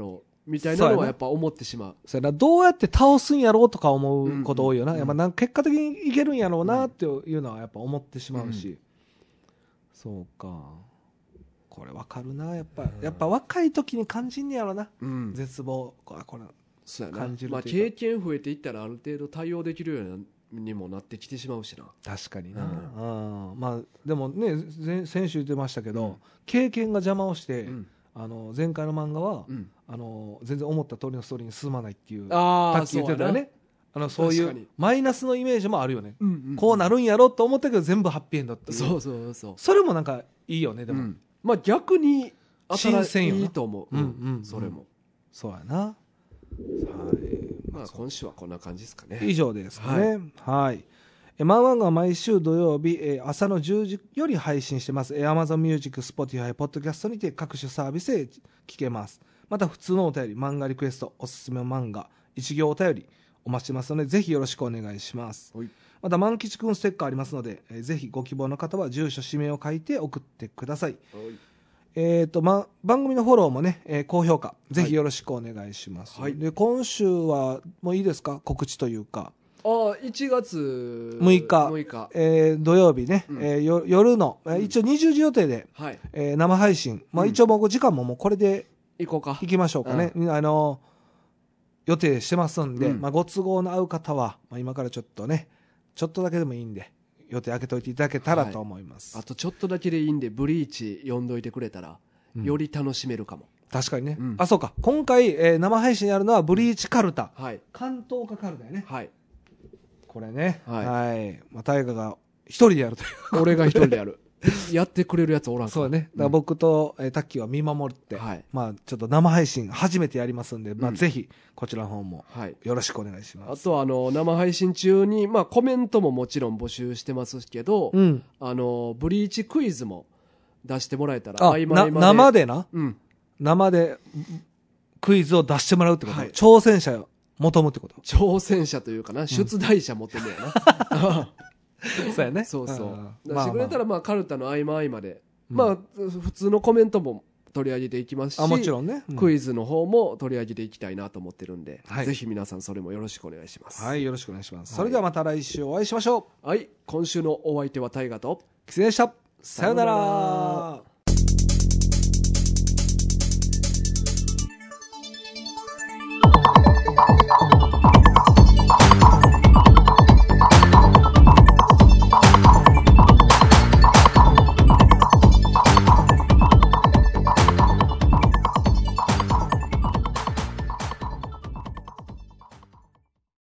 みたいなのはやっぱ思ってしまう。 そうやな、どうやって倒すんやろうとか思うこと多いよな。 うんうんやっぱなんか結果的にいけるんやろうなっていうのはやっぱ思ってしまうし。 うん、 そうか。これわかるな。やっぱ、うん、やっぱ若い時に感じんねやろな。 うん、 絶望。これ、これそうやな。 感じるまあ経験増えていったらある程度対応できるようにもなってきてしまうしな。 確かにな。 うんうん、まあでもね、先週言ってましたけど、うん、経験が邪魔をして、うん、あの前回の漫画は、うん、あの全然思った通りのストーリーに進まないっていう、さっき言ってたよね。あのそういうマイナスのイメージもあるよね、うんうんうん、こうなるんやろと思ったけど全部ハッピーエンドっていう。 そうそうそう。 それもなんかいいよね。でも、うん、 まあ逆に新鮮よな。 いいと思う。うんうんうん、それも。 そうやな。はい。 まあ今週はこんな感じですかね。 以上ですかね。はい。はい、えマンワンが毎週土曜日、え朝のじゅうじより配信してます。え Amazon Music、Spotify、Podcast にて各種サービスへ聞けます。また普通のお便り、漫画リクエスト、おすすめ漫画、一行お便りお待ちしてますので、ぜひよろしくお願いします。また万吉くんステッカーありますので、えぜひご希望の方は住所氏名を書いて送ってください。えーとま、番組のフォローもね、えー、高評価ぜひよろしくお願いします、はい、で今週はもういいですか、告知というか。 あいちがつむいか、むいかえー、土曜日ね、うんえー、よ夜の、うん、一応にじゅうじ予定で、はいえー、生配信、まあ、一応もう時間ももうこれで行こうか行きましょうかね、うん、あの予定してますんで、うんまあ、ご都合の合う方は、まあ、今からちょっとねちょっとだけでもいいんで予定開けといていただけたらと思います、 はい、あとちょっとだけでいいんでブリーチ読んどいてくれたら、うん、より楽しめるかも。 確かにね、うん、あそうか今回、えー、生配信やるのはブリーチカルタ、はい、関東化カルタやね、はい、これね、はいはいまあ、大河が一人でやるという俺が一人でやるやってくれるやつおらんから。 そうね、だから僕と、えー、タッキーは見守って、はいまあ、ちょっと生配信初めてやりますんで、まあ、ぜひこちらの方もよろしくお願いします、はい、 あとあの生配信中に、まあ、コメントももちろん募集してますけど、うん、あのブリーチクイズも出してもらえたらあ合間合間で生でな、うん、生でクイズを出してもらうってこと、はい、挑戦者を求むってこと。 挑戦者というかな、出題者求むやなそうやね。 そうそう。出してくれたら、まあ、カルタの合間合間で、うん、まあ、普通のコメントも取り上げていきますし、 あもちろんね、 うん、クイズの方も取り上げていきたいなと思ってるんで、はい、ぜひ皆さんそれもよろしくお願いします。 はい、よろしくお願いします。はい、それではまた来週お会いしましょう。はい、今週のお相手は大河とキツネでした。さよなら。